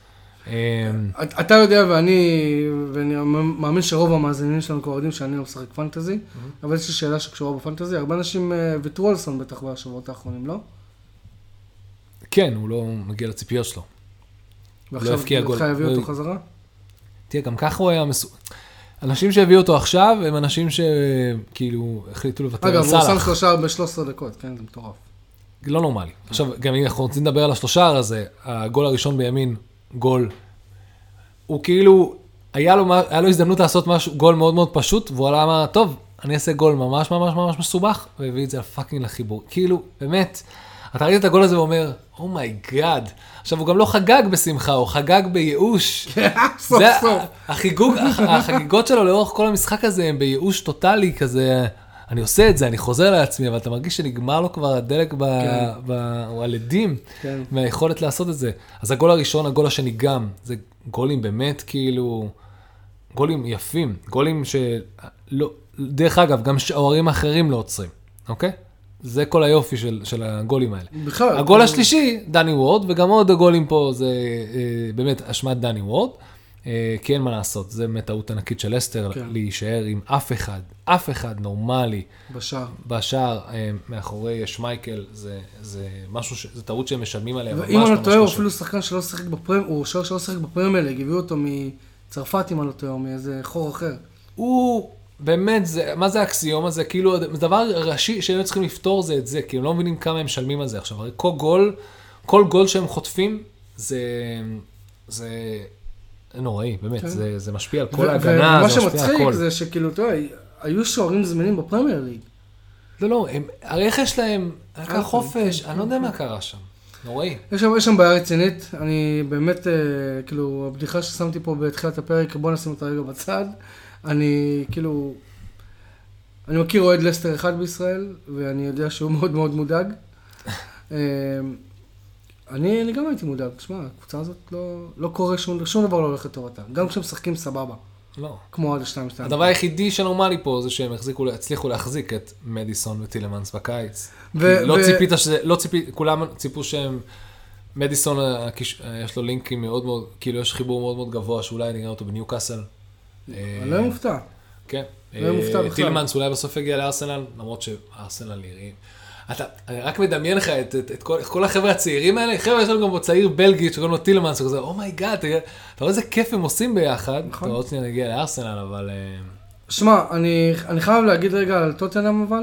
אתה יודע ואני, ואני מאמין שרוב המאזינים שלנו כבר יודעים שאני לא משחק פנטזי, אבל יש לי שאלה שקשורה בפנטזי. הרבה אנשים ויתרו על סון בטח בשבועות האחרונים, לא? כן, הוא לא מגיע לציפיות שלו. ועכשיו הבקיע גול. חייבי אותו לא- חזרה? תראה, גם ככה הוא היה מסו... אנשים שהביאו אותו עכשיו, הם אנשים שכאילו החליטו לוותר על אגב, הוא שם סלאח. שלושה ב-שלוש עשרה דקות, כן, זה מטורף. לא נורמלי. עכשיו, גם אם אנחנו רוצים לדבר על השלושה הזה, הגול הראשון בימין, גול, הוא כאילו, היה לו, היה לו הזדמנות לעשות משהו, גול מאוד מאוד פשוט, והוא עלה אמר, טוב, אני אעשה גול ממש ממש ממש מסובך, והביא את זה לפאקינג לחיבור. כאילו, באמת, אתה ראית את הגול הזה ואומר, אומייגאד. עכשיו, הוא גם לא חגג בשמחה, הוא חגג בייאוש. סוף זה, סוף. החיגוג, החגיגות שלו לאורך כל המשחק הזה הם בייאוש טוטלי כזה, אני עושה את זה, אני חוזר לעצמי, אבל אתה מרגיש שנגמר לו כבר הדלק בלדים, כן. מהיכולת לעשות את זה. אז הגול הראשון, הגול השני גם, זה גולים באמת כאילו, גולים יפים, גולים שלא, דרך אגב, גם שעורים אחרים לא עוצרים, אוקיי? זה כל היופי של, של הגולים האלה. בכלל. הגול השלישי, דני וורד, וגם עוד הגולים פה זה אה, באמת אשמת דני וורד, אה, כי אין מה לעשות, זה באמת טעות ענקית של אסטר, כן. להישאר עם אף אחד, אף אחד נורמלי, בשער. בשער, אה, מאחורי שמייקל, זה, זה משהו, ש, זה טעות שהם משלמים עליה ממש ממש ואם אני לא קשה. טועה, הוא אפילו שחקן שלא שיחק בפרמייר, הוא שוער שלא שיחק בפרמייר ליג, הביאו אותו מצרפת אם אני לא טועה, או מאיזה חור אחר. הוא, באמת, זה, מה זה האקסיום הזה? כאילו, הדבר הראשי שהם צריכים לפתור זה את זה, כי הם לא מבינים כמה הם משלמים על זה עכשיו. הרי כל גול, כל גול שהם חוטפים, זה, זה נוראי, באמת, כן. זה, זה משפיע על כל ו- ההגנה, ומה זה משפיע על שמצחיק הכל. זה שכאילו, אתה יודע, היו שוערים זמינים בפרמייר ליג. לא, לא, הם, הרכש שלהם, היה כן, חופש, כן, אני לא יודע כן. מה קרה שם. נוראי. יש שם, יש שם בעיה רצינית, אני באמת, אה, כאילו, הבדיחה ששמתי פה בתחילת הפרק, בוא נשים אותה רגע בצד. אני, כאילו, אני מכיר אוהד לסטר אחד בישראל, ואני יודע שהוא מאוד מאוד מודאג. אה, אני, אני גם הייתי מודאג, תשמע, הקבוצה הזאת לא, לא קורה שום, שום דבר לא הולך לטובתה. גם כשהם משחקים סבבה, לא. כמו עד השתיים שתיים. הדבר היחידי שנורמלי פה זה שהם החזיקו, הצליחו להחזיק את מדיסון וטילמנס בקיץ. ו- לא ו- ציפית שזה, לא ציפית, כולם ציפו שהם, מדיסון, הקיש- יש לו לינקים מאוד מאוד, כאילו יש חיבור מאוד מאוד גבוה, שאולי נראה אותו בניוקאסל. אני לא מופתע. כן. לא מופתע בכלל. טילמנס אולי בסוף הגיע לארסנל, למרות שארסנל נראים. אתה, אני רק מדמיין לך את, את, את, כל, את כל החבר'ה הצעירים האלה, חבר'ה יש לנו גם צעיר בלגי שקוראים לו טילמנס, וכזה, אומייגאד, אתה רואה איזה כיף הם עושים ביחד, אתה עוד שניה נגיע לארסנל, אבל... שמע, אני, אני חייב להגיד רגע על טוטנהאם אבל,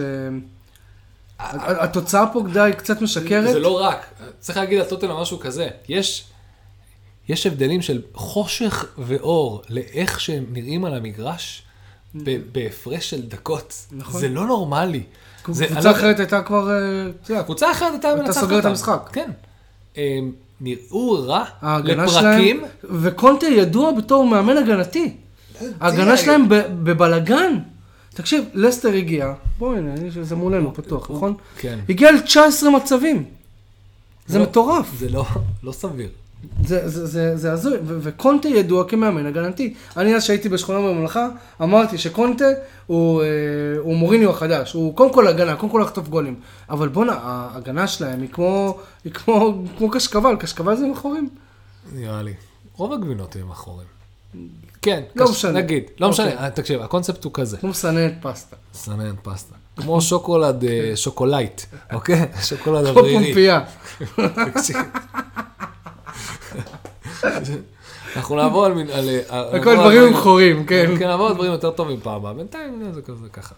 שהתוצאה פה די קצת משקרת. זה לא רק, צריך להגיד על טוטנהאם משהו כזה, יש, יש הבדלים של חושך ואור לאיך שהם נראים על המגרש, בהפרש של דקות, נכון. זה לא נורמלי. קבוצה אחרת הייתה כבר, אתה יודע, קבוצה אחרת הייתה מנצחת אותם. אתה סוגר את המשחק. כן. הם נראו רע ההגנה לפרקים. שלהם, וקונטה ידוע בתור מאמן הגנתי. ההגנה שלהם בבלגן. תקשיב, לסטר הגיע, בואו הנה, זה מולנו פתוח, נכון? כן. הגיע ל-תשע עשרה מצבים. זה מטורף. זה לא, לא סביר. זה, זה, זה, זה הזוי, ו- וקונטה ידוע כמאמן הגנתי. אני אז שהייתי בשכונה בממלכה, אמרתי שקונטה הוא, אה, הוא מוריניו החדש, הוא קודם כל הגנה, קודם כל לחטוף גולים. אבל בוא'נה, ההגנה שלהם היא כמו, היא כמו, כמו קשקבל, קשקבל זה מחורים. נראה לי. רוב הגבינות הם אחורים. כן, לא קש... משנה. נגיד, לא אוקיי. משנה, תקשיב, הקונספט הוא כזה. כמו מסננת פסטה. סנן פסטה. כמו שוקולד, אה, שוקולייט, אוקיי? שוקולד כמו אוורירי. פומפייה. תקשיב. אנחנו נעבור על... הכל דברים חורים, כן. כן, נעבור על דברים יותר טובים פעם הבאה. בינתיים זה כזה ככה.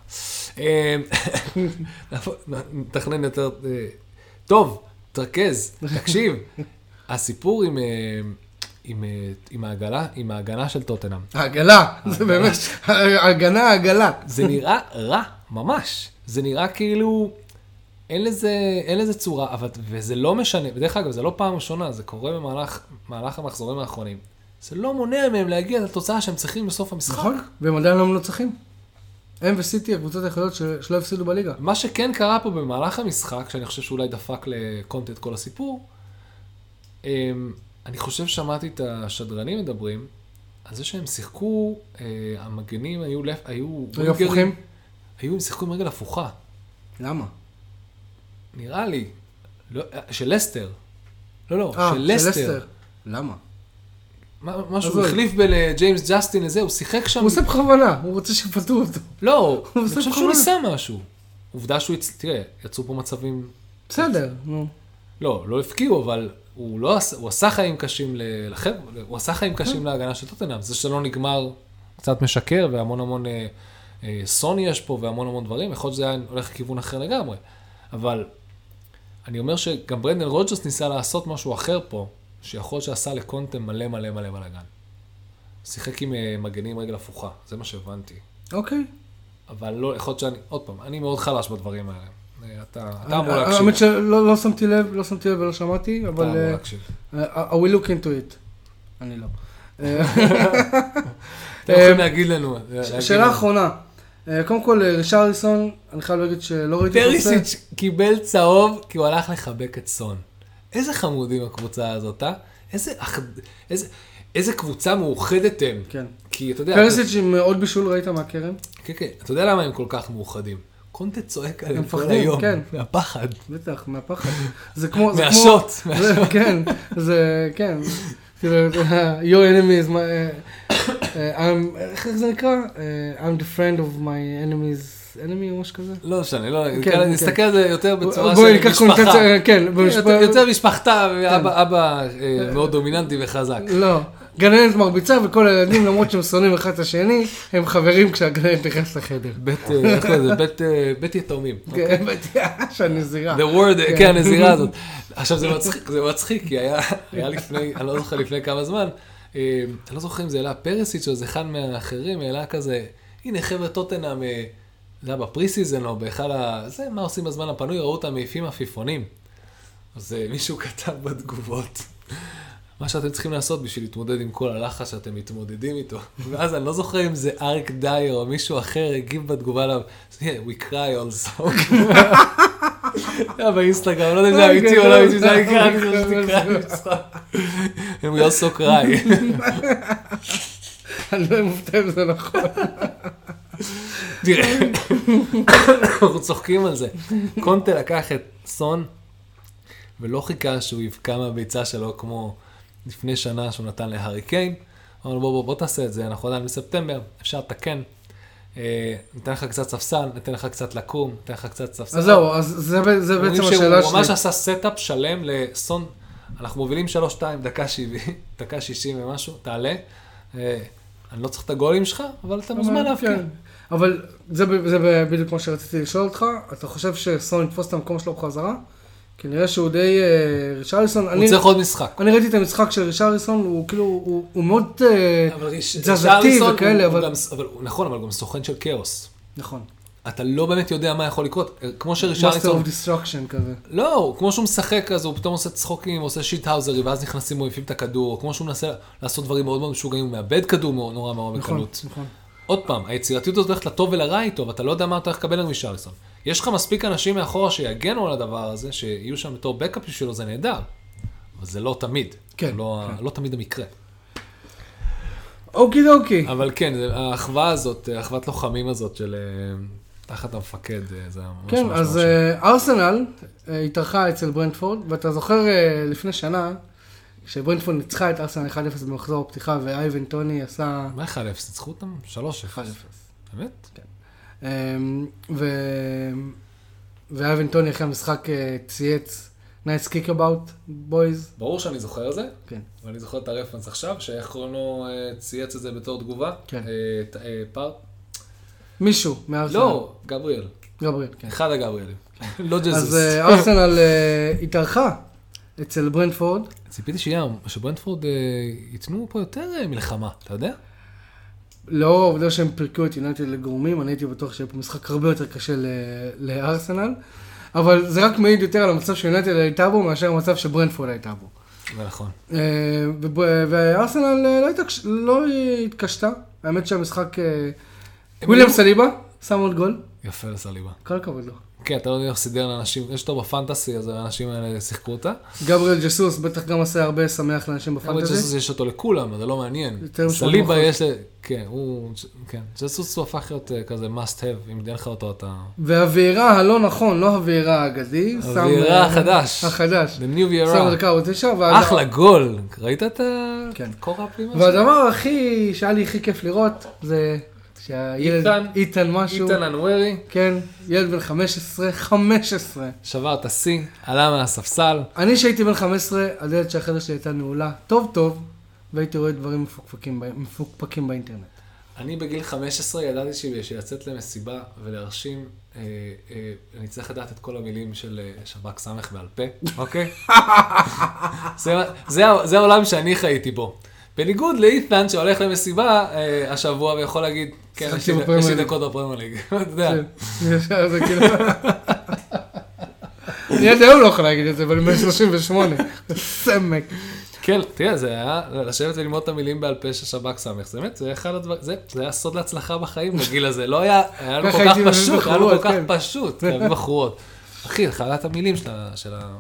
נתכנן יותר... טוב, תרכז, תקשיב. הסיפור עם... עם, עם העגלה, עם ההגנה של טוטנהאם. העגלה, זה באמת, ההגנה, העגלה. זה נראה רע, ממש. זה נראה כאילו, אין לזה, אין לזה צורה, אבל, וזה לא משנה, בדרך אגב, זה לא פעם ראשונה, זה קורה במהלך, מהלך המחזורים האחרונים. זה לא מונע מהם להגיע לתוצאה שהם צריכים בסוף המשחק. נכון, והם עדיין לא מנוצחים. הם וסיטי, הקבוצות היחידות שלא הפסידו בליגה. מה שכן קרה פה במהלך המשחק, שאני חושב שאולי דפק לקונט את כל הסיפור, אני חושב שמעתי את השדרנים מדברים, על זה שהם שיחקו, אה, המגנים היו... היו, היו הפוכים? היו, הם שיחקו עם רגל הפוכה. למה? נראה לי. לא, של לסטר. לא, לא, 아, של לסטר. של לסטר. למה? משהו, הוא החליף בין ג'יימס ג'סטין לזה, הוא שיחק שם... הוא עושה בכוונה, הוא רוצה שיפתו אותו. לא, אני חושב שהוא ניסה משהו. עובדה שהוא... תראה, יצאו פה מצבים... בסדר, נו. לא, לא הפקיעו, אבל... הוא לא עשה, הוא עשה חיים קשים לחבר'ה, הוא עשה חיים קשים להגנה של טוטנהאם. זה שלא נגמר קצת משקר, והמון המון אה, אה, סוני יש פה, והמון המון דברים. יכול להיות שזה היה הולך לכיוון אחר לגמרי. אבל אני אומר שגם ברנדן רוג'רס ניסה לעשות משהו אחר פה, שיכול להיות שעשה לקונטה מלא מלא מלא בלגן. שיחק עם אה, מגנים רגל הפוכה, זה מה שהבנתי. אוקיי. אבל לא, יכול להיות שאני, עוד פעם, אני מאוד חלש בדברים האלה. אתה אמור להקשיב. האמת שלא שמתי לב, לא שמתי לב ולא שמעתי, אבל... אתה אמור להקשיב. I will look into it. אני לא. אתם יכולים להגיד לנו. שאלה אחרונה. קודם כל, רישרליסון, אני חייב להגיד שלא ראיתי... פריסיץ' קיבל צהוב כי הוא הלך לחבק את סון. איזה חמודים הקבוצה הזאת, אה? איזה קבוצה מאוחדת הם. כן. כי אתה יודע... פריסיץ' עם עוד בישול ראית מהקרן? כן, כן. אתה יודע למה הם כל כך מאוחדים? קונטה צועק עליהם כל היום, כן. מהפחד. בטח, מהפחד. זה כמו... מהשוט. כן, זה, כן. Your enemy is my... איך זה נקרא? I'm the friend of my enemy's enemy או משהו כזה? לא משנה, לא, נסתכל על זה יותר בצורה של משפחה. כן, יותר משפחתה, אבא מאוד דומיננטי וחזק. לא. גננת מרביצה, וכל הילדים, למרות שהם שונאים אחד את השני, הם חברים כשהגננת נכנס לחדר. בית, איך זה? בית, בית יתומים. כן, בית יאש, הנזירה. The word, כן, הנזירה הזאת. עכשיו, זה מצחיק, זה מצחיק, כי היה, היה לפני, אני לא זוכר לפני כמה זמן, אני לא זוכר אם זה העלה פרסיץ' או זה אחד מהאחרים, העלה כזה, הנה חבר'ה טוטנהאם, זה היה בפריסיזן או באחד ה... זה, מה עושים בזמן הפנוי? ראו אותם מעיפים עפיפונים. אז מישהו כתב בתגובות. מה שאתם צריכים לעשות בשביל להתמודד עם כל הלחץ שאתם מתמודדים איתו. ואז אני לא זוכר אם זה אריק דייר או מישהו אחר הגיב בתגובה עליו, we cry also. היה באינסטגרם, לא יודע אם זה אמיתי או לא אמיתי, זה היה קרא, זה קרא משחק. we also cry. אני לא מופתע אם זה נכון. תראה, אנחנו צוחקים על זה. קונטה לקח את סון, ולא חיכה שהוא יבקע מהביצה שלו כמו לפני שנה שהוא נתן להרי קיין. אבל בוא, בוא, בוא תעשה את זה, אנחנו עדיין בספטמבר, אפשר לתקן. אה, ניתן לך קצת ספסל, ניתן לך קצת לקום, ניתן לך קצת ספסל. אז זהו, אז זה, זה בעצם השאלה שלי. הוא ממש עשה סטאפ שלם לסון, אנחנו מובילים שלוש שתיים, דקה שבעים, דקה שישים ומשהו, תעלה. אה, אני לא צריך את הגולים שלך, אבל אתה מוזמן להפקיע. כן. אבל זה, זה בדיוק כמו שרציתי לשאול אותך, אתה חושב שסון יתפוס את המקום שלו בחזרה? כי נראה שהוא די רישרליסון. הוא צריך עוד משחק. אני ראיתי את המשחק של רישרליסון, הוא כאילו, הוא מאוד תזזתי וכאלה, אבל... נכון, אבל גם סוכן של כאוס. נכון. אתה לא באמת יודע מה יכול לקרות. כמו שרישרליסון... Master of Destruction כזה. לא, כמו שהוא משחק, אז הוא פתאום עושה צחוקים, עושה שיט-האוזרי, ואז נכנסים מויפים את הכדור, או כמו שהוא מנסה לעשות דברים מאוד מאוד משוגעים, הוא מאבד כדור נורא מאוד בקלות. נכון, נכון. עוד פעם, היצירתיות הזאת הולכת לטוב ולרע איתו, ואתה לא יודע מה אתה הולך לקבל מרישרליסון. יש לך מספיק אנשים מאחורה שיגנו על הדבר הזה, שיהיו שם בתור בקאפ בשבילו, זה נהדר. אבל זה לא תמיד. כן. לא, כן. לא תמיד המקרה. אוקי דוקי. אבל כן, האחווה הזאת, האחוות לוחמים הזאת של תחת המפקד, זה ממש כן, ממש אז ארסנל התארחה אצל ברנטפורד, ואתה זוכר לפני שנה, שברנטפורד ניצחה את ארסנל אחד אפס במחזור הפתיחה, ואייבן טוני עשה... מה אחד אפס? ניצחו אותם? שלוש אפס. אחד אפס. באמת? כן. ו... ואייבן טוני אחרי המשחק צייץ Nice kick about, boys. ברור שאני זוכר את זה, כן. ואני זוכר את הרפרנס עכשיו, שאיך קוראים לו צייץ את זה בתור תגובה. כן. פארט? מישהו מארסנל. לא, גבריאל. גבריאל, כן. אחד הגבריאלים. לא ג'זוס. אז ארסנל התארחה אצל ברנטפורד. ציפיתי שיהיה, שברנטפורד ייתנו פה יותר מלחמה, אתה יודע? לאור העובדה שהם פירקו את יונייטד לגורמים, אני הייתי בטוח שיהיה פה משחק הרבה יותר קשה לארסנל, אבל זה רק מעיד יותר על המצב שיונייטד הייתה בו, מאשר המצב שברנטפורד הייתה בו. זה נכון. וארסנל לא התקשתה, האמת שהמשחק... וויליאם סליבה, שם עוד גול. יפה לסליבה. כל הכבוד לו. כן, אתה לא יודע איך סידר לאנשים, יש אותו בפנטסי, אז האנשים האלה שיחקו אותה. גבריאל ג'סוס בטח גם עושה הרבה שמח לאנשים בפנטסי. גבריאל ג'סוס יש אותו לכולם, זה לא מעניין. סליבה יש, כן, הוא, כן, ג'סוס הוא הפך להיות כזה must have, אם דין לך אותו אתה... והווירה הלא נכון, לא הווירה האגדי. הווירה החדש. החדש. The new Vieira. שם דקה עוד תשע. אחלה גול. ראית את הקורה פנימה? והדבר הכי, שהיה לי הכי כיף לראות, זה... שהילד, איתן משהו. איתן אנוורי. כן, ילד בן חמש עשרה, חמש עשרה. שבר את השיא, עלה מהספסל. אני שהייתי בן חמש עשרה, הדלת שהחדר שלי הייתה נעולה, טוב טוב, והייתי רואה דברים מפוקפקים, מפוקפקים באינטרנט. אני בגיל חמש עשרה ידעתי שיצאת למסיבה ולהרשים, אה, אה, אני צריך לדעת את כל המילים של שב"כ סמך בעל פה, אוקיי? זה, זה, זה העולם שאני חייתי בו. בניגוד לאית'ן שהולך למסיבה אה, השבוע ויכול להגיד, כן, יש לי דקות בפרמייר ליג. אתה יודע. ישר זה כאילו... אני עד היום לא יכול להגיד את זה, אבל מאה שלושים ושמונה. סמק. כן, תראה, זה היה לשבת וללמוד את המילים בעל פה של שב"כ סמך. זה באמת, זה אחד הדברים, זה היה סוד להצלחה בחיים בגיל הזה. לא היה, היה לו כל כך פשוט, היה לו כל כך פשוט, להביא בחורות. אחי, אחד את המילים של ה...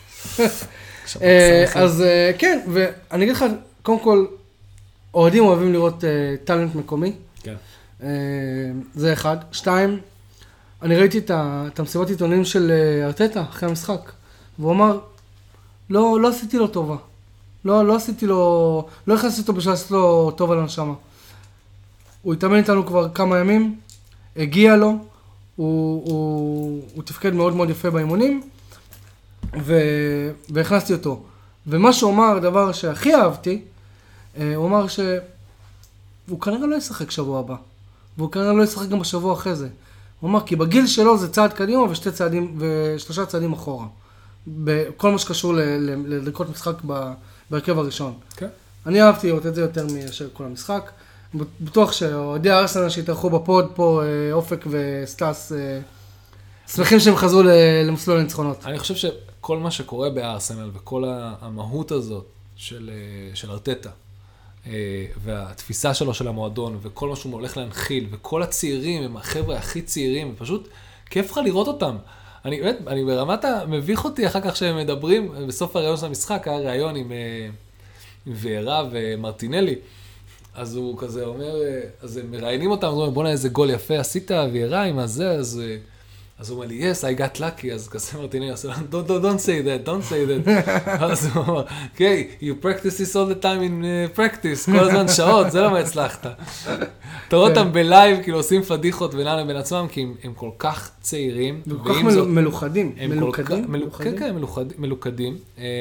אז כן, ואני אגיד לך, קודם כל, אוהדים אוהבים לראות טלנט מקומי. כן. זה אחד. שתיים, אני ראיתי את המסיבת עיתונים של ארטטה אחרי המשחק, והוא אמר, לא, לא עשיתי לו טובה. לא, לא עשיתי לו, לא הכנסתי אותו בשביל לעשות לו טוב על הנשמה. הוא התאמן איתנו כבר כמה ימים, הגיע לו, הוא, הוא, הוא תפקד מאוד מאוד יפה באימונים, ו, והכנסתי אותו. ומה שהוא אמר, הדבר שהכי אהבתי, הוא אמר שהוא כנראה לא ישחק שבוע הבא, והוא כנראה לא ישחק גם בשבוע אחרי זה. הוא אמר, כי בגיל שלו זה צעד קדימה ושתי צעדים, ושלושה צעדים אחורה. בכל מה שקשור לדקות משחק בהרכב הראשון. כן. אני אהבתי לראות את זה יותר מאשר כל המשחק. בטוח שאוהדי הארסנל שהתארחו בפוד פה, אופק וסטאס, שמחים שהם חזרו למסלול הניצחונות. אני חושב שכל מה שקורה בארסנל וכל המהות הזאת של, של ארטטה, והתפיסה שלו של המועדון, וכל מה שהוא הולך להנחיל, וכל הצעירים הם החבר'ה הכי צעירים, ופשוט כיף לך לראות אותם. אני באמת, אני ברמת המביך אותי אחר כך שהם מדברים, בסוף הרעיון של המשחק, היה רעיון עם, עם וירה ומרטינלי, אז הוא כזה אומר, אז הם מראיינים אותם, אז הוא אומר, בוא נה איזה גול יפה עשית, וירה עם הזה, אז... אז הוא אומר לי, yes, I got lucky, אז כזה מרטיני עושה לנו, don't, don't, don't say that, don't say that. אז הוא אומר, okay, you practice this all the time in uh, practice, כל הזמן שעות, זה לא מה הצלחת. אתה רואה אותם בלייב, כאילו עושים פדיחות בינם לבין עצמם, כי הם כל כך צעירים. וכל כך מלוכדים. מלוכדים? כן, כן, מלוכדים.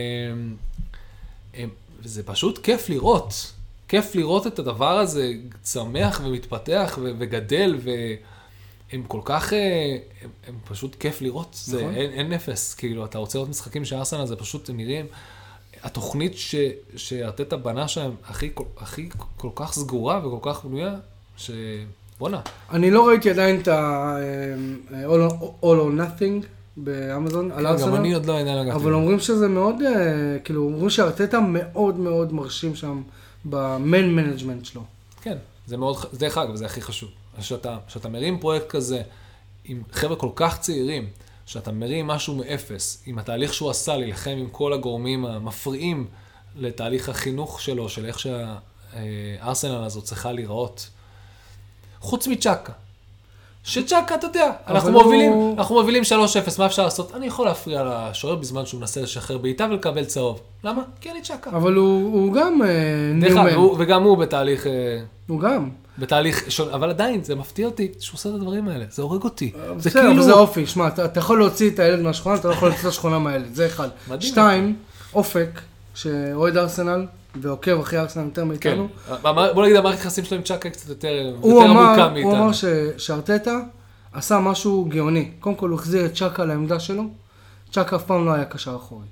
וזה פשוט כיף לראות. כיף לראות את הדבר הזה צמח ומתפתח וגדל ו... הם כל כך, הם, הם פשוט כיף לראות, זה, נכון. אין, אין נפס, כאילו, אתה רוצה לראות משחקים של ארסנל, זה פשוט, הם נראים, התוכנית ש, שארטטה בנה שם, הכי, הכי כל כך סגורה וכל כך בנויה, שבונה. אני לא ראיתי עדיין את ה- All or Nothing באמזון, על ארסנל. גם אני עוד לא יודע לגעת. אבל אומרים שזה מאוד, כאילו, אומרים שארטטה מאוד מאוד מרשים שם, במן מנג'מנט שלו. כן, זה מאוד, זה אחד, וזה הכי חשוב. שאתה, שאתה מרים פרויקט כזה, עם חבר'ה כל כך צעירים, שאתה מרים משהו מאפס, עם התהליך שהוא עשה להילחם עם כל הגורמים המפריעים לתהליך החינוך שלו, של איך שהארסנל הזאת צריכה להיראות. חוץ מצ'קה. שצ'קה, אתה יודע, אנחנו מובילים, הוא... אנחנו מובילים שלוש אפס, מה אפשר לעשות? אני יכול להפריע לשוער בזמן שהוא מנסה לשחרר בעיטה ולקבל צהוב. למה? כי אני צ'קה. אבל הוא, הוא גם... דרך, הוא, וגם הוא בתהליך... הוא גם. בתהליך שונה, אבל עדיין, זה מפתיע אותי שהוא עושה את הדברים האלה, זה הורג אותי. זה בסדר, כאילו... זה אופי, שמע, אתה, אתה יכול להוציא את הילד מהשכונה, אתה לא יכול להוציא את השכונה מהילד, זה אחד. מדהים. שתיים, אופק, שאוהד ארסנל, ועוקב אחרי ארסנל יותר מאיתנו. כן. בוא נגיד, המערכת יחסים שלו עם צ'אקה קצת יותר הוא עמוקה מאיתנו. הוא אמר ש- שארטטה עשה משהו גאוני. קודם כל הוא החזיר את צ'אקה לעמדה שלו. צ'אקה אף פעם לא היה קשר אחורי.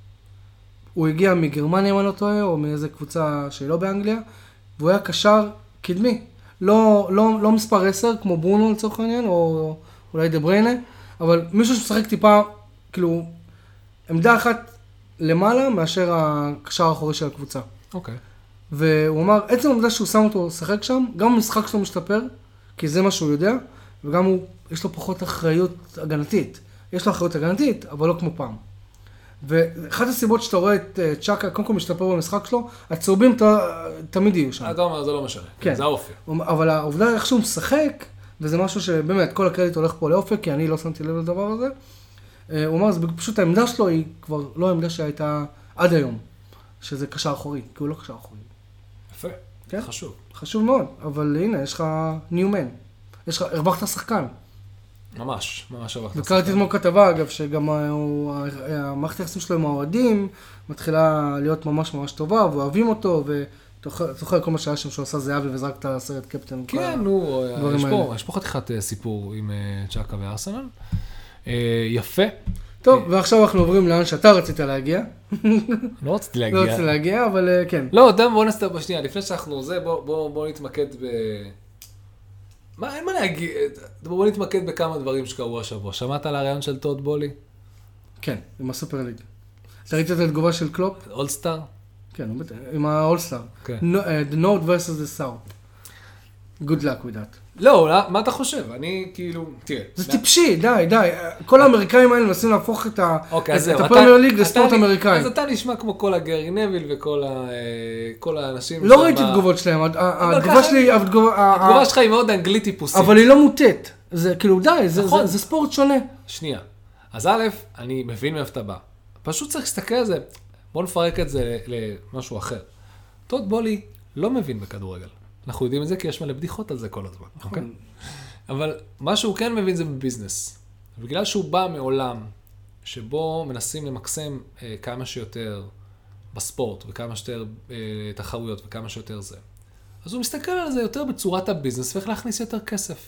הוא הגיע מגרמניה, אם אני לא טועה, או מאיזה קבוצה שהיא לא באנגליה, והוא היה קשר קדמי. לא, לא, לא מספר עשר, כמו ברונו לצורך העניין, או אולי דה בריינה, אבל מישהו שמשחק טיפה, כאילו, עמדה אחת למעלה מאשר הקשר האחורי של הקבוצה. אוקיי. והוא אמר, עצם העובדה שהוא שם אותו לשחק שם, גם המשחק שלו משתפר, כי זה מה שהוא יודע, וגם הוא, יש לו פחות אחריות הגנתית. יש לו אחריות הגנתית, אבל לא כמו פעם. ואחת הסיבות שאתה רואה את צ'אקה, קודם כל משתפר במשחק שלו, הצהובים ת, תמיד יהיו שם. אתה אומר, זה לא משנה. כן. זה האופי. אבל העובדה איך שהוא משחק, וזה משהו שבאמת, כל הקרדיט הולך פה לאופק, כי אני לא שמתי לב לדבר הזה. הוא אמר, זה פשוט העמדה שלו היא כבר לא העמדה שהייתה עד היום, שזה קשר אחורי, כי הוא לא קשר אחורי. יפה, כן? חשוב. חשוב מאוד, אבל הנה, יש לך ניומן. יש לך, הרווחת שחקן. ממש, ממש הרווחת שחקן. וקראתי אתמול כתבה, אגב, שגם הוא, המערכת היחסים שלו עם האוהדים, מתחילה להיות ממש ממש טובה, ואוהבים אותו, וזוכר כל מה שהיה שם שהוא עשה זהבי וזרק את הסרט קפטן. כן, נו, יש פה, יש פה חתיכת סיפור עם צ'אקה וארסנל. יפה. טוב, ועכשיו אנחנו עוברים לאן שאתה רצית להגיע. לא רציתי להגיע. לא רציתי להגיע, אבל כן. לא, בוא נסתר בשנייה, לפני שאנחנו זה, בוא נתמקד ב... מה, אין מה להגיד, בוא נתמקד בכמה דברים שקרו השבוע. שמעת על הרעיון של טוד בולי? כן, עם הסופר ליג. אתה ראית את התגובה של קלופ? אולסטאר? כן, עם האולסטאר. כן. The North versus the South. Good luck with that. לא, מה אתה חושב? אני כאילו, תראה. זה טיפשי, די, די. כל האמריקאים האלה מנסים להפוך את הפרמייר ליג לספורט אמריקאי. אז אתה נשמע כמו כל הגרי נביל וכל האנשים. לא ראיתי תגובות שלהם. התגובה שלי, התגובה שלך היא מאוד אנגלית טיפוסית. אבל היא לא מוטט. זה כאילו, די, זה ספורט שונה. שנייה. אז א', אני מבין מאיפה אתה בא. פשוט צריך להסתכל על זה. בוא נפרק את זה למשהו אחר. טוד בולי לא מבין בכדורגל. אנחנו יודעים את זה כי יש מלא בדיחות על זה כל הזמן. אוקיי? אבל מה שהוא כן מבין זה בביזנס. בגלל שהוא בא מעולם שבו מנסים למקסם אה, כמה שיותר בספורט וכמה שיותר אה, תחרויות וכמה שיותר זה. אז הוא מסתכל על זה יותר בצורת הביזנס ואיך להכניס יותר כסף.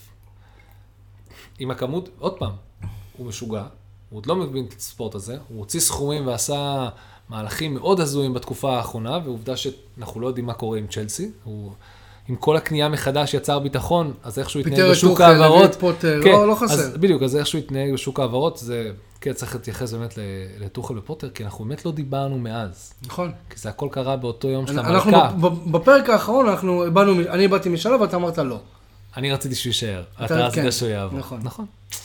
עם הכמות, עוד פעם, הוא משוגע, הוא עוד לא מבין את הספורט הזה, הוא הוציא סכומים ועשה מהלכים מאוד הזויים בתקופה האחרונה, ועובדה שאנחנו לא יודעים מה קורה עם צ'לסי, הוא... עם כל הקנייה מחדש יצר ביטחון, אז איכשהו יתנהג בשוק העברות. פוטר, לא, לא חסר. בדיוק, אז איכשהו יתנהג בשוק העברות, זה, כן, צריך להתייחס באמת לטוחל ופוטר, כי אנחנו באמת לא דיברנו מאז. נכון. כי זה הכל קרה באותו יום של המלכה. אנחנו, בפרק האחרון, אנחנו באנו, אני באתי משלב, ואתה אמרת לא. אני רציתי שהוא יישאר, אתה רצית שהוא יעבור. נכון. נכון.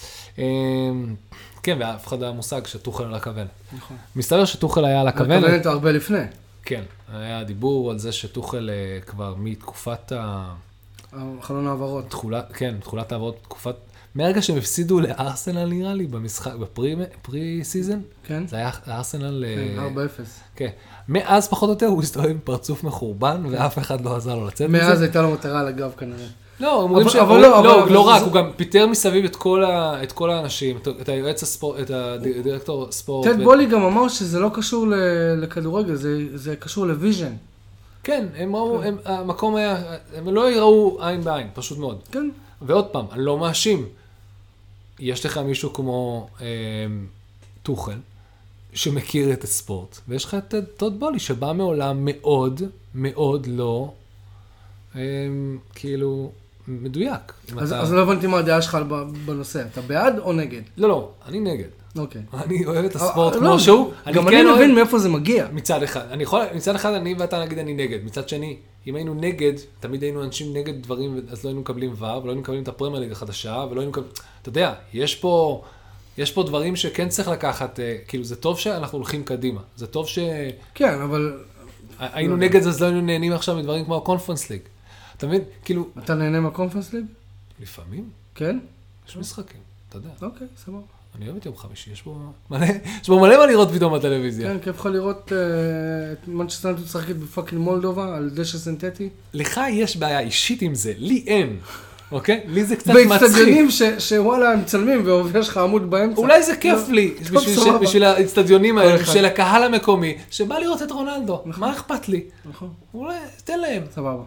כן, ואף אחד היה מושג שטוחל על הכוון. נכון. מסתבר שטוחל היה על הכוון. הכוונת הרבה לפני. כן, היה דיבור על זה שטוחל כבר מתקופת ה... חלון העברות. תחולה, כן, תחולת העברות, תקופת... מהרגע שהם הפסידו לארסנל נראה לי, במשחק, בפרי סיזן. כן. זה היה ארסנל... כן, ארבע אפס. כן. מאז פחות או יותר הוא הסתובב עם פרצוף מחורבן, ואף אחד לא עזר לו לצאת מזה. מאז הייתה לו מטרה על הגב כנראה. לא, אומרים ש... לא, לא רק, הוא גם פיטר מסביב את כל האנשים, את היועץ הספורט, את הדירקטור ספורט. טד בולי גם אמר שזה לא קשור לכדורגל, זה קשור לוויז'ן. כן, הם ראו, המקום היה, הם לא יראו עין בעין, פשוט מאוד. כן. ועוד פעם, אני לא מאשים. יש לך מישהו כמו טוחל, שמכיר את הספורט, ויש לך את טוד בולי, שבא מעולם מאוד, מאוד לא, כאילו... מדויק. אז, אתה... אז לא הבנתי מה הדעה שלך בנושא. אתה בעד או נגד? לא, לא, אני נגד. אוקיי. אני אוהב את הספורט לא, כמו לא, שהוא. גם אני, אני מבין מאיפה זה מגיע. מצד אחד. אני יכול, מצד אחד אני ואתה נגיד אני נגד. מצד שני, אם היינו נגד, תמיד היינו אנשים נגד דברים, אז לא היינו מקבלים ור, ולא היינו מקבלים את הפרמייר ליג החדשה, ולא היינו מקבלים... אתה יודע, יש פה, יש פה דברים שכן צריך לקחת, כאילו זה טוב שאנחנו הולכים קדימה. זה טוב ש... כן, אבל... היינו נגד זה, אז לא היינו נהנים עכשיו מדברים כמו הקונפרנס ליג. אתה מבין? כאילו... אתה נהנה מהקונפרנס ליג? לפעמים. כן? יש משחקים, אתה יודע. אוקיי, סבבה. אני אוהב את יום חמישי, יש בו מלא, יש בו מלא מה לראות פתאום בטלוויזיה. כן, כיף לך לראות את מנצ'סטר יונייטד משחקת בפאקינג מולדובה על דשא סינתטי. לך יש בעיה אישית עם זה, לי אין. אוקיי? לי זה קצת מצחיק. באצטדיונים שוואלה הם מצלמים ויש לך עמוד באמצע. אולי זה כיף לי, בשביל האצטדיונים האלה, בשביל הקהל המקומי, שבא לראות את רונלדו. מה אכפת לי? נכון. אולי, תן להם. סבבה.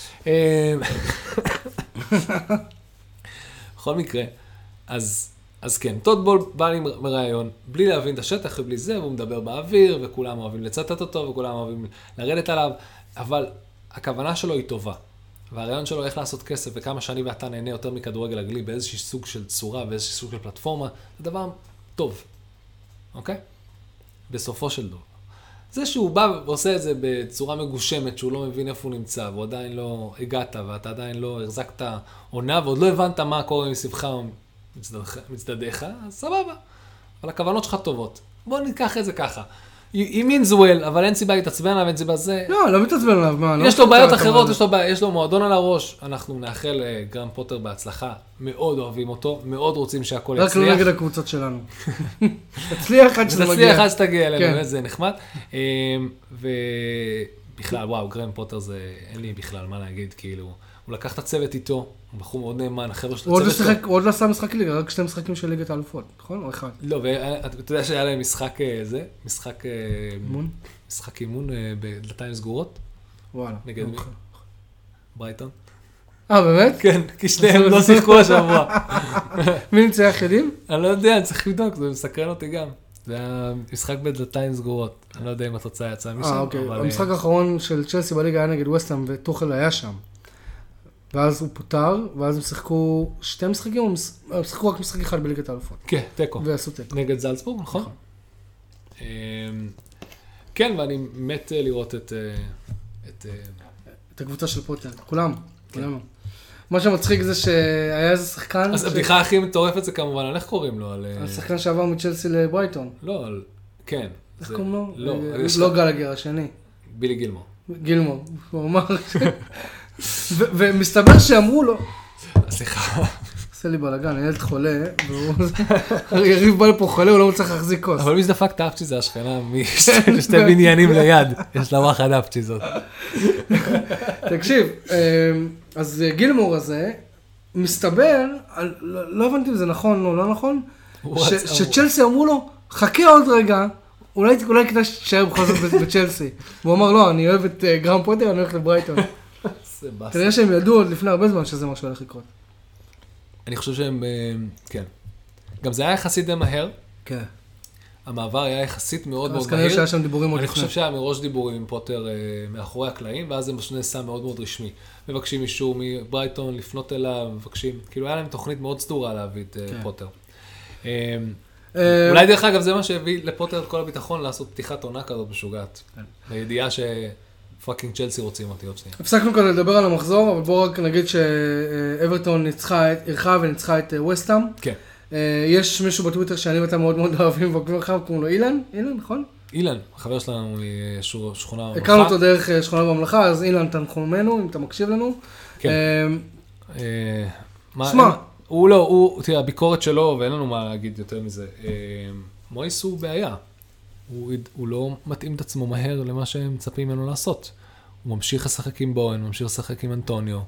בכל מקרה, אז... אז כן, טוד בול בא לי מראיון, בלי להבין את השטח ובלי זה, והוא מדבר באוויר, וכולם אוהבים לצטט אותו, וכולם אוהבים לרדת עליו, אבל הכוונה שלו היא טובה. והרעיון שלו איך לעשות כסף, וכמה שאני ואתה נהנה יותר מכדורגל רגלי, באיזשהו סוג של צורה, באיזשהו סוג של פלטפורמה, זה דבר טוב. אוקיי? בסופו של דבר. זה שהוא בא ועושה את זה בצורה מגושמת, שהוא לא מבין איפה הוא נמצא, והוא עדיין לא הגעת, ואתה עדיין לא החזקת עונה, ועוד לא הבנת מה קורה מסביבך מצדדיך, אז סבבה. אבל הכוונות שלך טובות. בוא ניקח את זה ככה. היא means well, אבל אין סיבה להתעצבן עליו, אין סיבה זה. לא, לא מתעצבן עליו, מה? יש לו בעיות אחרות, יש לו, יש לו מועדון על הראש. אנחנו נאחל גרם פוטר בהצלחה. מאוד אוהבים אותו, מאוד רוצים שהכל יצליח. רק לא נגד הקבוצות שלנו. תצליח עד שזה מגיע. תצליח עד שתגיע אלינו, באמת זה נחמד. ובכלל, וואו, גרם פוטר זה, אין לי בכלל מה להגיד, כאילו. הוא לקח את הצוות איתו, הוא בחור מאוד נאמן, החבר'ה של הצוות איתו. הוא עוד לא עשה משחק ליגה, רק שתי משחקים של ליגת האלופות, נכון? או אחד? לא, ואתה יודע שהיה להם משחק זה, משחק אימון, משחק אימון בדלתיים סגורות. וואלה. נגד מי? ברייטון. אה, באמת? כן, כי שניהם לא שיחקו השבוע. מי נמצא יחידים? אני לא יודע, אני צריך לבדוק, זה מסקרן אותי גם. זה היה משחק בדלתיים סגורות. אני לא יודע אם התוצאה יצאה משם. אה, אוקיי. המשחק האחרון של צ'לסי בליגה היה נגד ווסטהאם, וטוחל היה שם. ואז הוא פוטר, ואז הם שיחקו שתי משחקים, או הם שיחקו רק משחק אחד בליגת האלופות. כן, תיקו. ועשו תיקו. נגד זלצבורג, נכון? כן, ואני מת לראות את... את הקבוצה של פוטר, כולם, כולנו. מה שמצחיק זה שהיה איזה שחקן... אז הבדיחה הכי מטורפת זה כמובן, על איך קוראים לו? השחקן שעבר מצ'לסי לברייטון. לא, כן. איך קוראים לו? לא. לא גלגר, השני. בילי גילמור. גילמור, הוא אמר... ומסתבר שאמרו לו... סליחה. עושה לי בלגן, הילד חולה, יריב בא לפה חולה, הוא לא מצליח להחזיק כוס. אבל מי שדפק את האפצ'י זה השכנה משתי בניינים ליד, יש לה וואחד האפצ'י זאת. תקשיב, אז גילמור הזה, מסתבר, לא הבנתי אם זה נכון או לא נכון, שצ'לסי אמרו לו, חכה עוד רגע, אולי כדאי שתשאר בכל זאת בצ'לסי. והוא אמר, לא, אני אוהב את גרם פוטר, אני הולך לברייטון. כנראה שהם ידעו עוד לפני הרבה זמן שזה משהו הולך לקרות. אני חושב שהם, כן. גם זה היה יחסית די מהר. כן. המעבר היה יחסית מאוד מאוד מהר. אז כנראה שהיה שם דיבורים עוד אני לפני. חושב שהיה מראש דיבורים עם פוטר מאחורי הקלעים, ואז זה נעשה מאוד מאוד רשמי. מבקשים אישור מברייטון לפנות אליו, מבקשים, כאילו היה להם תוכנית מאוד סדורה להביא את פוטר. אולי דרך אגב זה מה שהביא לפוטר את כל הביטחון לעשות פתיחת עונה כזאת משוגעת. בידיעה ש... פאקינג צ'לסי רוצים אותי עוד שנייה. הפסקנו כאן לדבר על המחזור, אבל בואו רק נגיד שאברטון ניצחה, אירחה וניצחה את ווסטהאם. כן. יש מישהו בטוויטר שאני ואתה מאוד מאוד אוהבים, ועוקבים אחריו, קוראים לו אילן, אילן, נכון? אילן, החבר שלנו משכונה בממלכה. הכרנו אותו דרך שכונה בממלכה, אז אילן תנחומנו, אם אתה מקשיב לנו. כן. שמע. הוא לא, הוא, תראה, הביקורת שלו, ואין לנו מה להגיד יותר מזה, מויס הוא בעיה. הוא, הוא לא מתאים את עצמו מהר למה שהם מצפים ממנו לעשות. הוא ממשיך לשחק עם בוהן, ממשיך לשחק עם אנטוניו,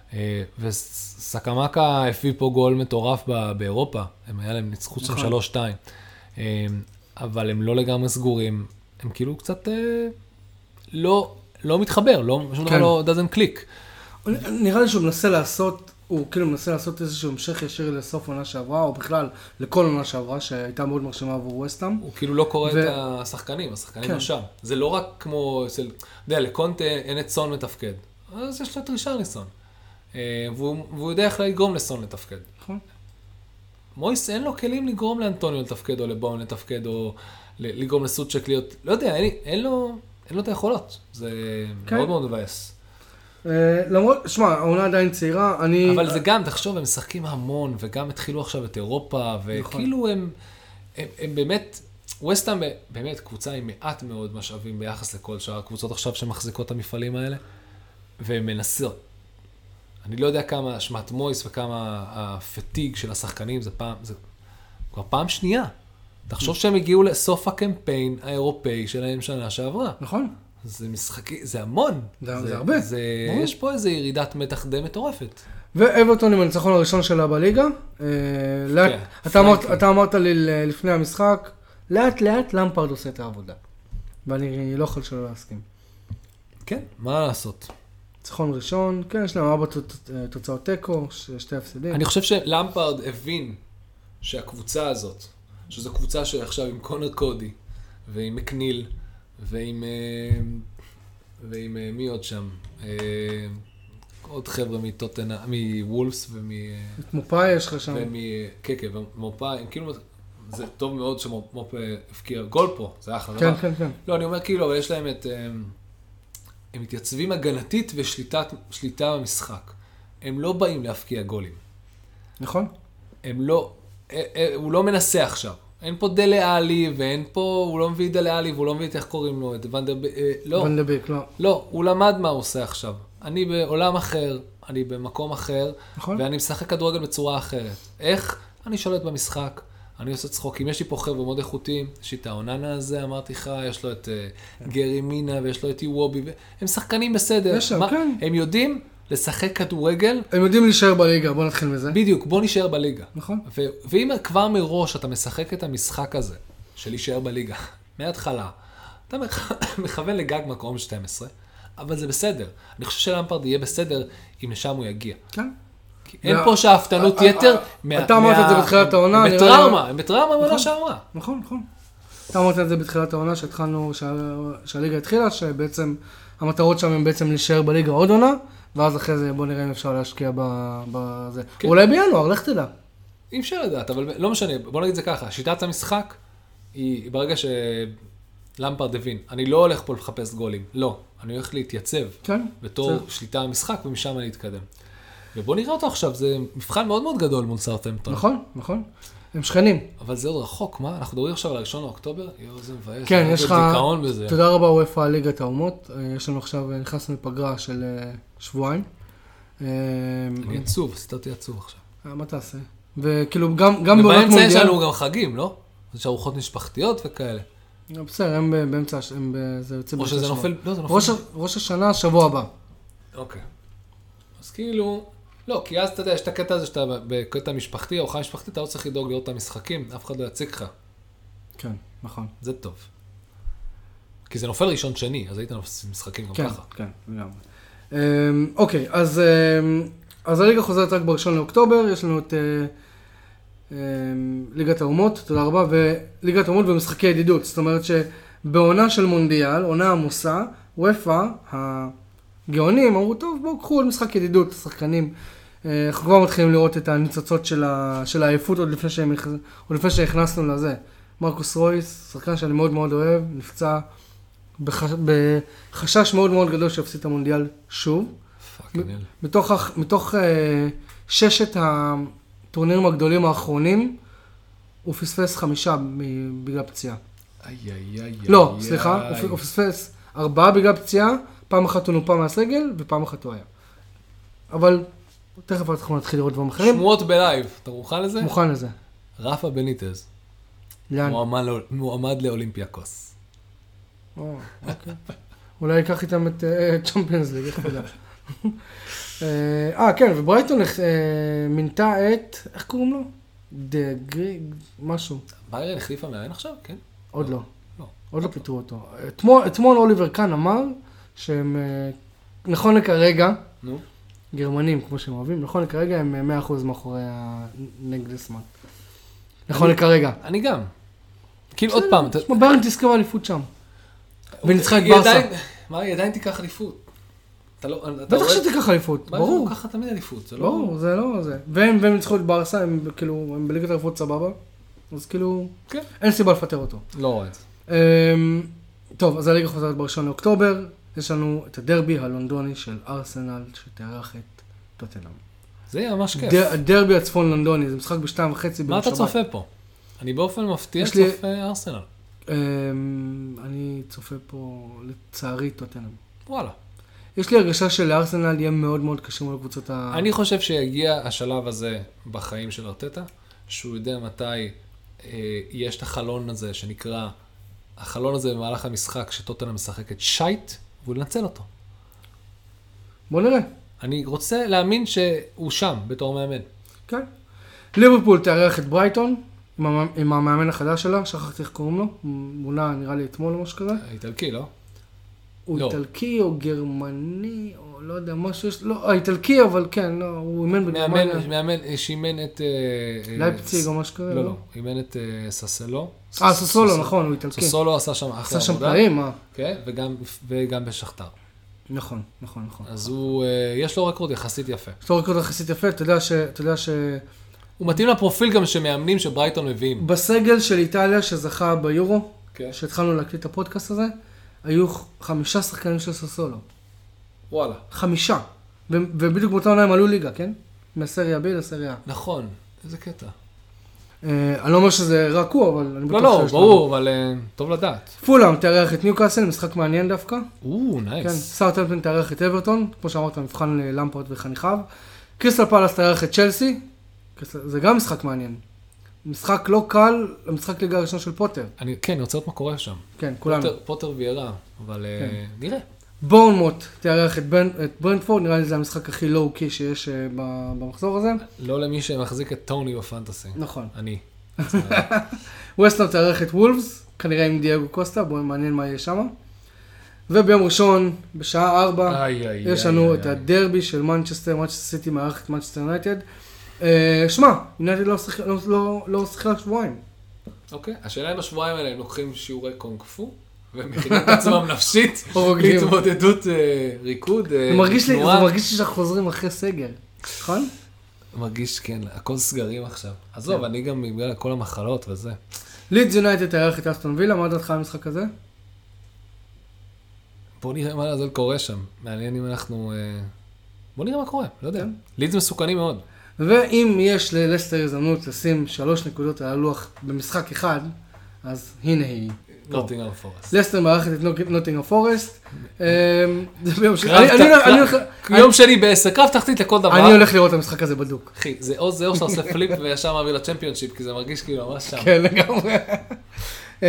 וסקמקה הביא פה גול מטורף באירופה, הם היה להם ניצחו שם שלוש שתיים, אבל הם לא לגמרי סגורים, הם כאילו קצת לא, לא מתחבר, לא, משהו דבר לא doesn't click. נראה לי שהוא מנסה לעשות, הוא כאילו מנסה לעשות איזשהו המשך ישיר לסוף עונה שעברה, או בכלל לכל עונה שעברה, שהייתה מאוד מרשימה עבור ווסטהאם. הוא כאילו לא קורא את השחקנים, השחקנים לא שם. זה לא רק כמו, אתה יודע, לקונטה אין את סון מתפקד. אז יש לו את רישרליסון. והוא יודע איך לגרום לסון לתפקד. נכון. מויס אין לו כלים לגרום לאנטוניו לתפקד, או לבון לתפקד, או לגרום לסוצ'ק להיות, לא יודע, אין לו את היכולות. זה מאוד מאוד מבאס. למרות, שמע, העונה עדיין צעירה, אני... אבל זה גם, תחשוב, הם משחקים המון, וגם התחילו עכשיו את אירופה, וכאילו הם, הם באמת, ווסטהאם באמת קבוצה עם מעט מאוד משאבים ביחס לכל שאר הקבוצות עכשיו שמחזיקות את המפעלים האלה, והם מנסות. אני לא יודע כמה אשמת מויס וכמה הפטיג של השחקנים, זה פעם, זה... כבר פעם שנייה. תחשוב שהם הגיעו לסוף הקמפיין האירופאי שלהם שנה שעברה. נכון. זה משחקי, זה המון. זה, זה, זה הרבה. זה, יש פה איזו ירידת מתח די מטורפת. ואברטון עם הניצחון הראשון שלה בליגה. אה, לאט, כן, אתה, אמרת, אתה אמרת לי לפני המשחק, לאט לאט למפרד עושה את העבודה. ואני לא יכול שלא להסכים. כן, מה לעשות? ניצחון ראשון, כן, יש להם ארבע תוצאות טקו, שתי הפסדים. אני חושב שלמפרד הבין שהקבוצה הזאת, שזו קבוצה שעכשיו עם קונר קודי, ועם מקניל, ועם, ועם מי עוד שם? עוד חבר'ה מטוטנה, מוולפס ומ... את מופאי יש לך שם. ומקקה, ומופאי, כאילו, זה טוב מאוד שמופאי הפקיע גול פה, זה אחלה. כן, כן, כן. לא, אני אומר כאילו, אבל יש להם את... הם מתייצבים הגנתית ושליטה במשחק. הם לא באים להפקיע גולים. נכון. הם לא... הוא לא מנסה עכשיו. אין פה דלאלי, ואין פה... הוא לא מביא דלאלי, והוא לא מביא את איך קוראים לו, את ונדרביק, לא. ונדרביק, לא. לא, הוא למד מה הוא עושה עכשיו. אני בעולם אחר, אני במקום אחר, נכון. ואני משחק כדורגל בצורה אחרת. איך? אני שולט במשחק, אני עושה צחוקים. יש לי פה חבר'ה מאוד איכותיים, יש לי את האוננה הזה, אמרתי לך, יש לו את uh, גרי מינה, ויש לו את איוובי, הם שחקנים בסדר. יש שם, מה? כן. הם יודעים לשחק כדורגל. הם יודעים להישאר בליגה, בוא נתחיל מזה. בדיוק, בוא נשאר בליגה. נכון. ו- ואם כבר מראש אתה משחק את המשחק הזה, של להישאר בליגה, מההתחלה, אתה מכוון לגג מקום שתים עשרה, אבל זה בסדר. אני חושב שלמפרד יהיה בסדר אם לשם הוא יגיע. כן. אין פה שאפתנות יתר. אתה אמרת את זה בתחילת העונה. הם בטראומה, הם בטראומה מעונה שעברה. נכון, נכון. אתה אמרת את זה בתחילת העונה שהתחלנו, שהליגה התחילה, שבעצם המטרות שם הם בעצם להישאר בליגה עוד עונה, ואז אחרי זה בוא נראה אם אפשר להשקיע בזה. אולי בינואר, לך תדע. אי אפשר לדעת, אבל לא משנה, בוא נגיד זה ככה, שיטת המשחק היא ברגע שלמפרד הבין, אני לא הולך פה לחפש גולים, לא, אני הולך להתייצב בתור שליטה במשחק ומשם אני אתקדם. ובוא נראה אותו עכשיו, זה מבחן מאוד מאוד גדול מול סאות'המפטון. נכון, נכון. הם שכנים. אבל זה עוד רחוק, מה? אנחנו מדברים עכשיו על הראשון לאוקטובר? יואו, זה מבאס. כן, יש לך... דיכאון בזה. תודה רבה, וופא ליגת האומות. יש לנו עכשיו, נכנסנו לפגרה של שבועיים. אני עצוב, עשית אותי עצוב עכשיו. מה תעשה? וכאילו, גם בעונת מונדיאל... ובאמצע יש לנו גם חגים, לא? יש ארוחות משפחתיות וכאלה. בסדר, הם באמצע... זה יוצא או שזה נופל... לא, זה נופל. ראש השנה, שבוע הבא. אוקיי. אז כאילו... לא, כי אז אתה יודע, יש את הקטע הזה שאתה בקטע משפחתי, ארוחה משפחתית, אתה לא צריך לדאוג לראות את המשחקים, אף אחד לא יציג לך. כן, נכון. זה טוב. כי זה נופל ראשון שני, אז היית משחקים גם ככה. כן, כן, לגמרי. אוקיי, אז אז הליגה חוזרת רק בראשון לאוקטובר, יש לנו את ליגת האומות, תודה רבה, וליגת האומות ומשחקי ידידות, זאת אומרת שבעונה של מונדיאל, עונה עמוסה, וופא, הגאונים אמרו, טוב, בואו קחו עוד משחק ידידות, שחקנים. אנחנו כבר מתחילים לראות את הניצוצות של העייפות עוד לפני שהם, עוד לפני שהכנסנו לזה. מרקוס רויס, שחקן שאני מאוד מאוד אוהב, נפצע בחש... בחשש מאוד מאוד גדול שהפסיד את המונדיאל שוב. מתוך, מתוך uh, ששת הטורנירים הגדולים האחרונים, הוא פספס חמישה בגלל פציעה. איי, איי, איי, לא, איי, סליחה, איי. הוא פספס ארבעה בגלל פציעה, פעם אחת הוא נופה מהסגל ופעם אחת הוא היה. אבל תכף אנחנו נתחיל לראות דברים אחרים. שמועות בלייב, אתה מוכן לזה? מוכן לזה. רפה בניטז. לאן? מועמד, מועמד לאולימפיאקוס. או, אוקיי. אולי ייקח איתם את צ'מפיונס ליג, איך יודע. אה, כן, וברייטון מינתה את, איך קוראים לו? דגריג, משהו. ביירן החליפה מאמן עכשיו, כן? עוד לא. לא. עוד לא פיתרו אותו. אתמול אוליבר קאן אמר שהם, נכון לכרגע, נו. גרמנים, כמו שהם אוהבים, נכון לכרגע הם מאה אחוז מאחורי הנגדסמן. נכון לכרגע. אני גם. כאילו עוד פעם. תשמע, ביירן תזכה באליפות שם. וניצחה את ברסה. מה, היא עדיין תיקח אליפות. בטח שתיקח אליפות, ברור. הוא ככה תמיד אליפות, זה לא... ברור, זה לא זה. והם ניצחו את ברסה, הם כאילו, הם בליגת האליפות סבבה. אז כאילו, אין סיבה לפטר אותו. לא רואה את זה. טוב, אז הליגה חוזרת בראשון לאוקטובר. יש לנו את הדרבי הלונדוני של ארסנל, שתארח את טוטנהאם. זה יהיה ממש כיף. הדרבי הצפון לונדוני, זה משחק בשתיים וחצי ביום שבת. מה אתה צופה פה? אני באופן מפתיע צופה ארסנל. אני צופה פה לצערי טוטנהאם. וואלה. יש לי הרגשה שלארסנל יהיה מאוד מאוד קשה מול הקבוצות ה... אני חושב שיגיע השלב הזה בחיים של ארטטה, שהוא יודע מתי יש את החלון הזה שנקרא, החלון הזה במהלך המשחק שטוטנהאם משחקת שייט, והוא לנצל אותו. בוא נראה. אני רוצה להאמין שהוא שם בתור מאמן. כן. ליברפול תארח את ברייטון, עם, המ... עם המאמן החדש שלה, שכחתי איך קוראים לו, מונה נראה לי אתמול או משהו כזה. האיטלקי, לא? הוא לא. איטלקי או גרמני, או לא יודע, משהו יש, לא, האיטלקי, אבל כן, לא, הוא אימן בגרמניה. מאמן, מאמן, שאימן את... לייפציג או משהו כזה, לא, לא, אימן את ססלו. אה, ססולו, נכון, הוא איטלקי. ססולו עשה שם אחרי עשה שם פלאים, אה. כן, וגם, וגם בשכתר. נכון, נכון, נכון. אז הוא, יש לו רקורד יחסית יפה. יש לו רקורד יחסית יפה, אתה יודע ש... אתה יודע ש... הוא מתאים לפרופיל גם שמאמנים שברייטון מביאים. בסגל של איטליה שזכה ביורו, כן. שהתחלנו להקליט את הפודקאסט הזה, היו חמישה שחקנים של ססולו. וואלה. חמישה. ו- ובדיוק באותה עונה הם עלו ליגה, כן? מהסריה B לסריה A. נכון, איזה קטע. אה, אני לא אומר שזה רק הוא, אבל אני לא, בטוח לא, שיש ברור, אבל אה, טוב לדעת. פולאם תארח את ניוקאסל, משחק מעניין דווקא. או, כן, נייס. סאות'המפטון תארח את אברטון, כמו שאמרת, מבחן למפרד וחניכיו. קריסטל פלאס תארח את צ'לסי, זה גם משחק מעניין. משחק לא קל, המשחק ליגה הראשון של פוטר. אני, כן, אני רוצה לראות מה קורה שם. כן, כולנו. פוטר, פוטר ויירה, אבל כן. אה, נראה. בורנמוט תארח את, בן, את ברנטפורד, נראה לי זה המשחק הכי לואו-קי שיש uh, במחזור הזה. לא למי שמחזיק את טוני בפנטסי. נכון. אני. ווסטהאם תארח את וולפס, כנראה עם דייגו קוסטה, בואו מעניין מה יהיה שם. וביום ראשון, בשעה ארבע, איי, איי, יש איי, לנו איי, את איי. הדרבי של מנצ'סטר, מנצ'סטר סיטי מארח את מנצ'סטר יונייטד. אה, שמע, יונייטד לא שיחק- לא- לא- לא שיחק שבועיים. אוקיי, השאלה אם השבועיים האלה הם לוקחים שיעורי קונג פו, ומכינים את עצמם נפשית, או רוגלים. להתמודדות אה, ריקוד, אה, זה מרגיש לי, זה תנועה. מרגיש לי שאנחנו חוזרים אחרי סגר, נכון? מרגיש, כן, הכל סגרים עכשיו. עזוב, אני גם בגלל כל המחלות וזה. לידס יונייטד תארח את אסטון וילה, מה דעתך על המשחק הזה? בוא נראה מה זה קורה שם. מעניין אם אנחנו... אה, בוא נראה מה קורה, לא יודע. כן. לידס מסוכנים מאוד. ואם יש ללסטר הזדמנות לשים שלוש נקודות על הלוח במשחק אחד, אז הנה היא. נוטינגהאם פורסט. לסטר מארחת את נוטינגהאם פורסט. אמ, זה ביום שני. קרב אני- ת- אני- אני קרב- הולך- יום שני בעשר, קרב תחתית לכל דבר. אני הולך לראות את המשחק הזה בדוק. אחי, זה או זה או שאתה עושה פליפ וישר מעביר לצ'מפיונשיפ, כי זה מרגיש כאילו ממש שם. כן, לגמרי. אמ,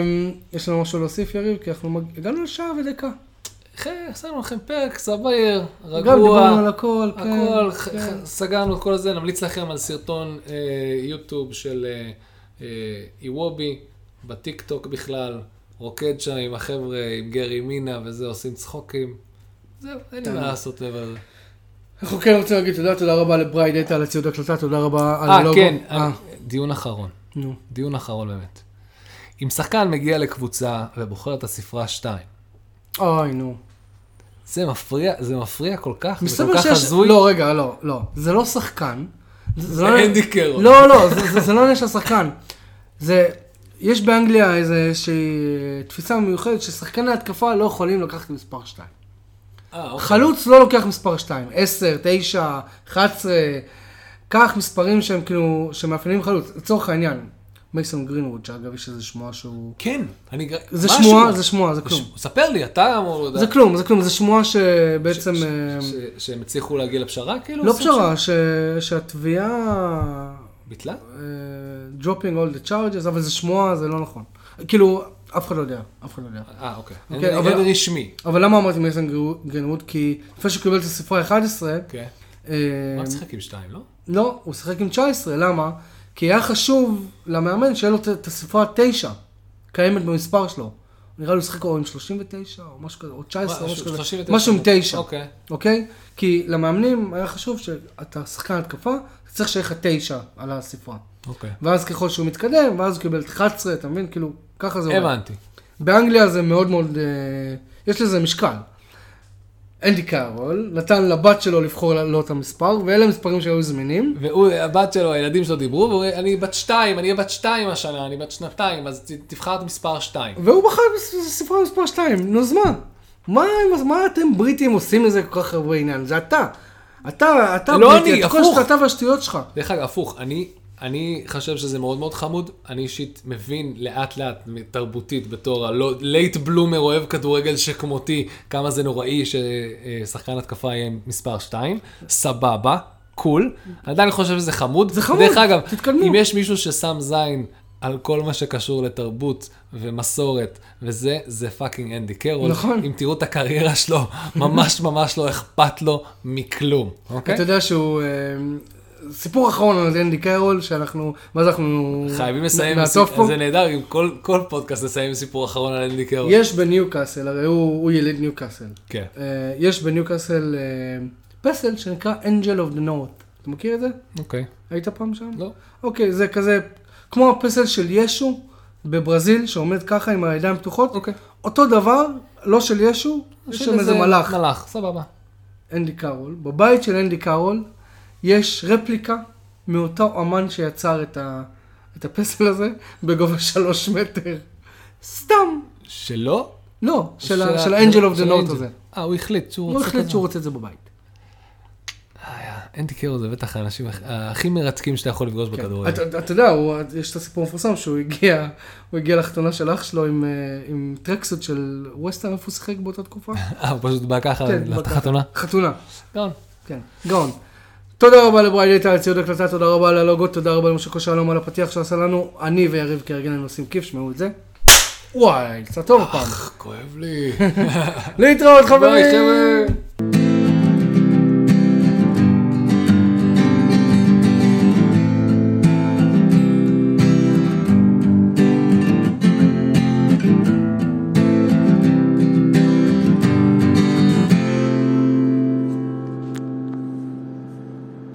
יש לנו משהו להוסיף, יריב? כי אנחנו מג- הגענו לשעה ודקה. אחי, עשינו לכם פרק סביר, גם דיברנו רגוע, על הכל, כן. הכל, ח- כן. ח- סגרנו את כל זה, נמליץ לכם על סרטון אה, יוטיוב של אה, אה, איוובי, בטיק טוק בכלל, רוקד שם עם החבר'ה, עם גרי מינה וזה, עושים צחוקים. זהו, אין לי מה לעשות מעבר לזה. אנחנו כן רוצים להגיד תודה, תודה רבה לברי דאטה על הציוד הקלטה, תודה רבה על אה, הלוגו. כן, אה, דיון אחרון. נו. דיון אחרון באמת. אם שחקן מגיע לקבוצה ובוחר את הספרה שתיים, אוי, נו. זה מפריע, זה מפריע כל כך, זה כל מסתבר כך שיש... הזוי. לא, רגע, לא, לא. זה לא שחקן. זה זה לא... אנדי קרול. לא, לא, זה- זה- זה לא עניין של שחקן. זה... יש באנגליה איזושהי תפיסה מיוחדת ששחקני התקפה לא יכולים לקחת מספר שתיים. אה, אוקיי. חלוץ לא לוקח מספר שתיים. עשר, תשע, אחת עשרה, כך מספרים שהם כאילו, שמאפיינים חלוץ. לצורך העניין, מייסון גרינווד, שאגב יש איזה שמועה שהוא... כן, אני... זה מה שמועה, השמועה? זה שמועה, זה כלום. ש- ספר לי, אתה אמור לדעת. זה כלום, זה כלום, זה שמועה שבעצם... ש- אה, ש- שהם הצליחו להגיע לפשרה, כאילו? לא סוג פשרה, ש- שהתביעה... של- ביטלה? uh, dropping all the charges, אבל זה שמועה, זה לא נכון. כאילו, אף אחד לא יודע, אף אחד לא יודע. אה, אוקיי. אוקיי, אין אבל- אין רשמי. אבל למה אמרתי מייסון גרינווד? כי לפני שהוא קיבל את הספרה אחת עשרה, אוקיי. אה, מה משחק עם שתיים, לא? לא, הוא שיחק עם תשע עשרה, למה? כי היה חשוב למאמן שיהיה לו את- את הספרה תשע, קיימת במספר שלו. נראה לי הוא שיחק או עם שלושים ותשע, או משהו כזה, או תשע עשרה, או משהו כזה. שלושים ותשע. משהו עם תשע. אוקיי. אוקיי? כי למאמנים היה חשוב שאתה שחקן התקפה, אתה צריך שיהיה לך תשע על הספרה. אוקיי. ואז ככל שהוא מתקדם, ואז הוא קיבל את אחת עשרה, אתה מבין? כאילו, ככה זה עובד. הבנתי. באנגליה זה מאוד מאוד, אה, יש לזה משקל. אנדי קרול נתן לבת שלו לבחור לו את המספר, ואלה המספרים שהיו זמינים. והוא, הבת שלו, הילדים שלו דיברו, והוא אומר, אני בת שתיים, אני אהיה בת שתיים השנה, אני בת שנתיים, אז ת- תבחר את מספר שתיים. והוא בחר בספרה מספר שתיים, נו אז מה? מה, מה אתם בריטים עושים לזה כל כך הרבה עניין? זה אתה. אתה, אתה לא בריטי, אני, את כל הפוך. שאתה והשטויות שלך. דרך אגב, הפוך, אני, אני חושב שזה מאוד מאוד חמוד, אני אישית מבין לאט לאט תרבותית בתור הלייט בלומר אוהב כדורגל שכמותי, כמה זה נוראי ששחקן התקפה יהיה מספר שתיים, סבבה, קול, עדיין אני חושב שזה חמוד. זה חמוד, דרך אגב, תתקדמו. אם יש מישהו ששם זין על כל מה שקשור לתרבות ומסורת, וזה, זה פאקינג אנדי קרול. נכון. אם תראו את הקריירה שלו, ממש ממש לא אכפת לו מכלום, אוקיי? אתה יודע שהוא... סיפור אחרון על אנדי קרול, שאנחנו, מה זה אנחנו חייבים לסיים, נעטוף פה? זה נהדר, עם כל, כל פודקאסט לסיים סיפור אחרון על אנדי קרול. יש בניוקאסל, הרי הוא, הוא יליד ניוקאסל. כן. Uh, יש בניוקאסל uh, פסל שנקרא Angel of the North. אתה מכיר את זה? אוקיי. היית פעם שם? לא. אוקיי, זה כזה, כמו הפסל של ישו בברזיל, שעומד ככה עם הידיים פתוחות. אוקיי. אותו דבר, לא של ישו, יש שם איזה מלאך. מלאך, סבבה. אנדי קרול. בבית של אנדי קרול, יש רפליקה מאותו אמן שיצר את, ה, את הפסל הזה בגובה שלוש מטר. סתם. שלו? לא, של, של, של האנג'ל אוף דה נוט הזה. אה, הוא החליט שהוא רוצה רוצה הוא החליט שהוא רוצה את זה בבית. אנדי קרול זה בטח האנשים הכי מרתקים שאתה יכול לפגוש בכדורגל. אתה, אתה יודע, הוא, יש את הסיפור המפורסם שהוא הגיע, הוא הגיע לחתונה של אח שלו עם, עם טרקסות של ווסטהאם, איפה הוא שיחק באותה תקופה? אה, הוא פשוט בא ככה לחתונה? חתונה. גאון. כן, גאון. תודה רבה לבריידי איתה, לציוד הקלטה, תודה רבה ללוגות, תודה רבה למשה שלום על הפתיח שעשה לנו. אני ויריב כרגע נוסעים כיף, שמעו את זה. וואי, קצת טוב הפעם. כואב לי. להתראות חברים. ביי חבר'ה.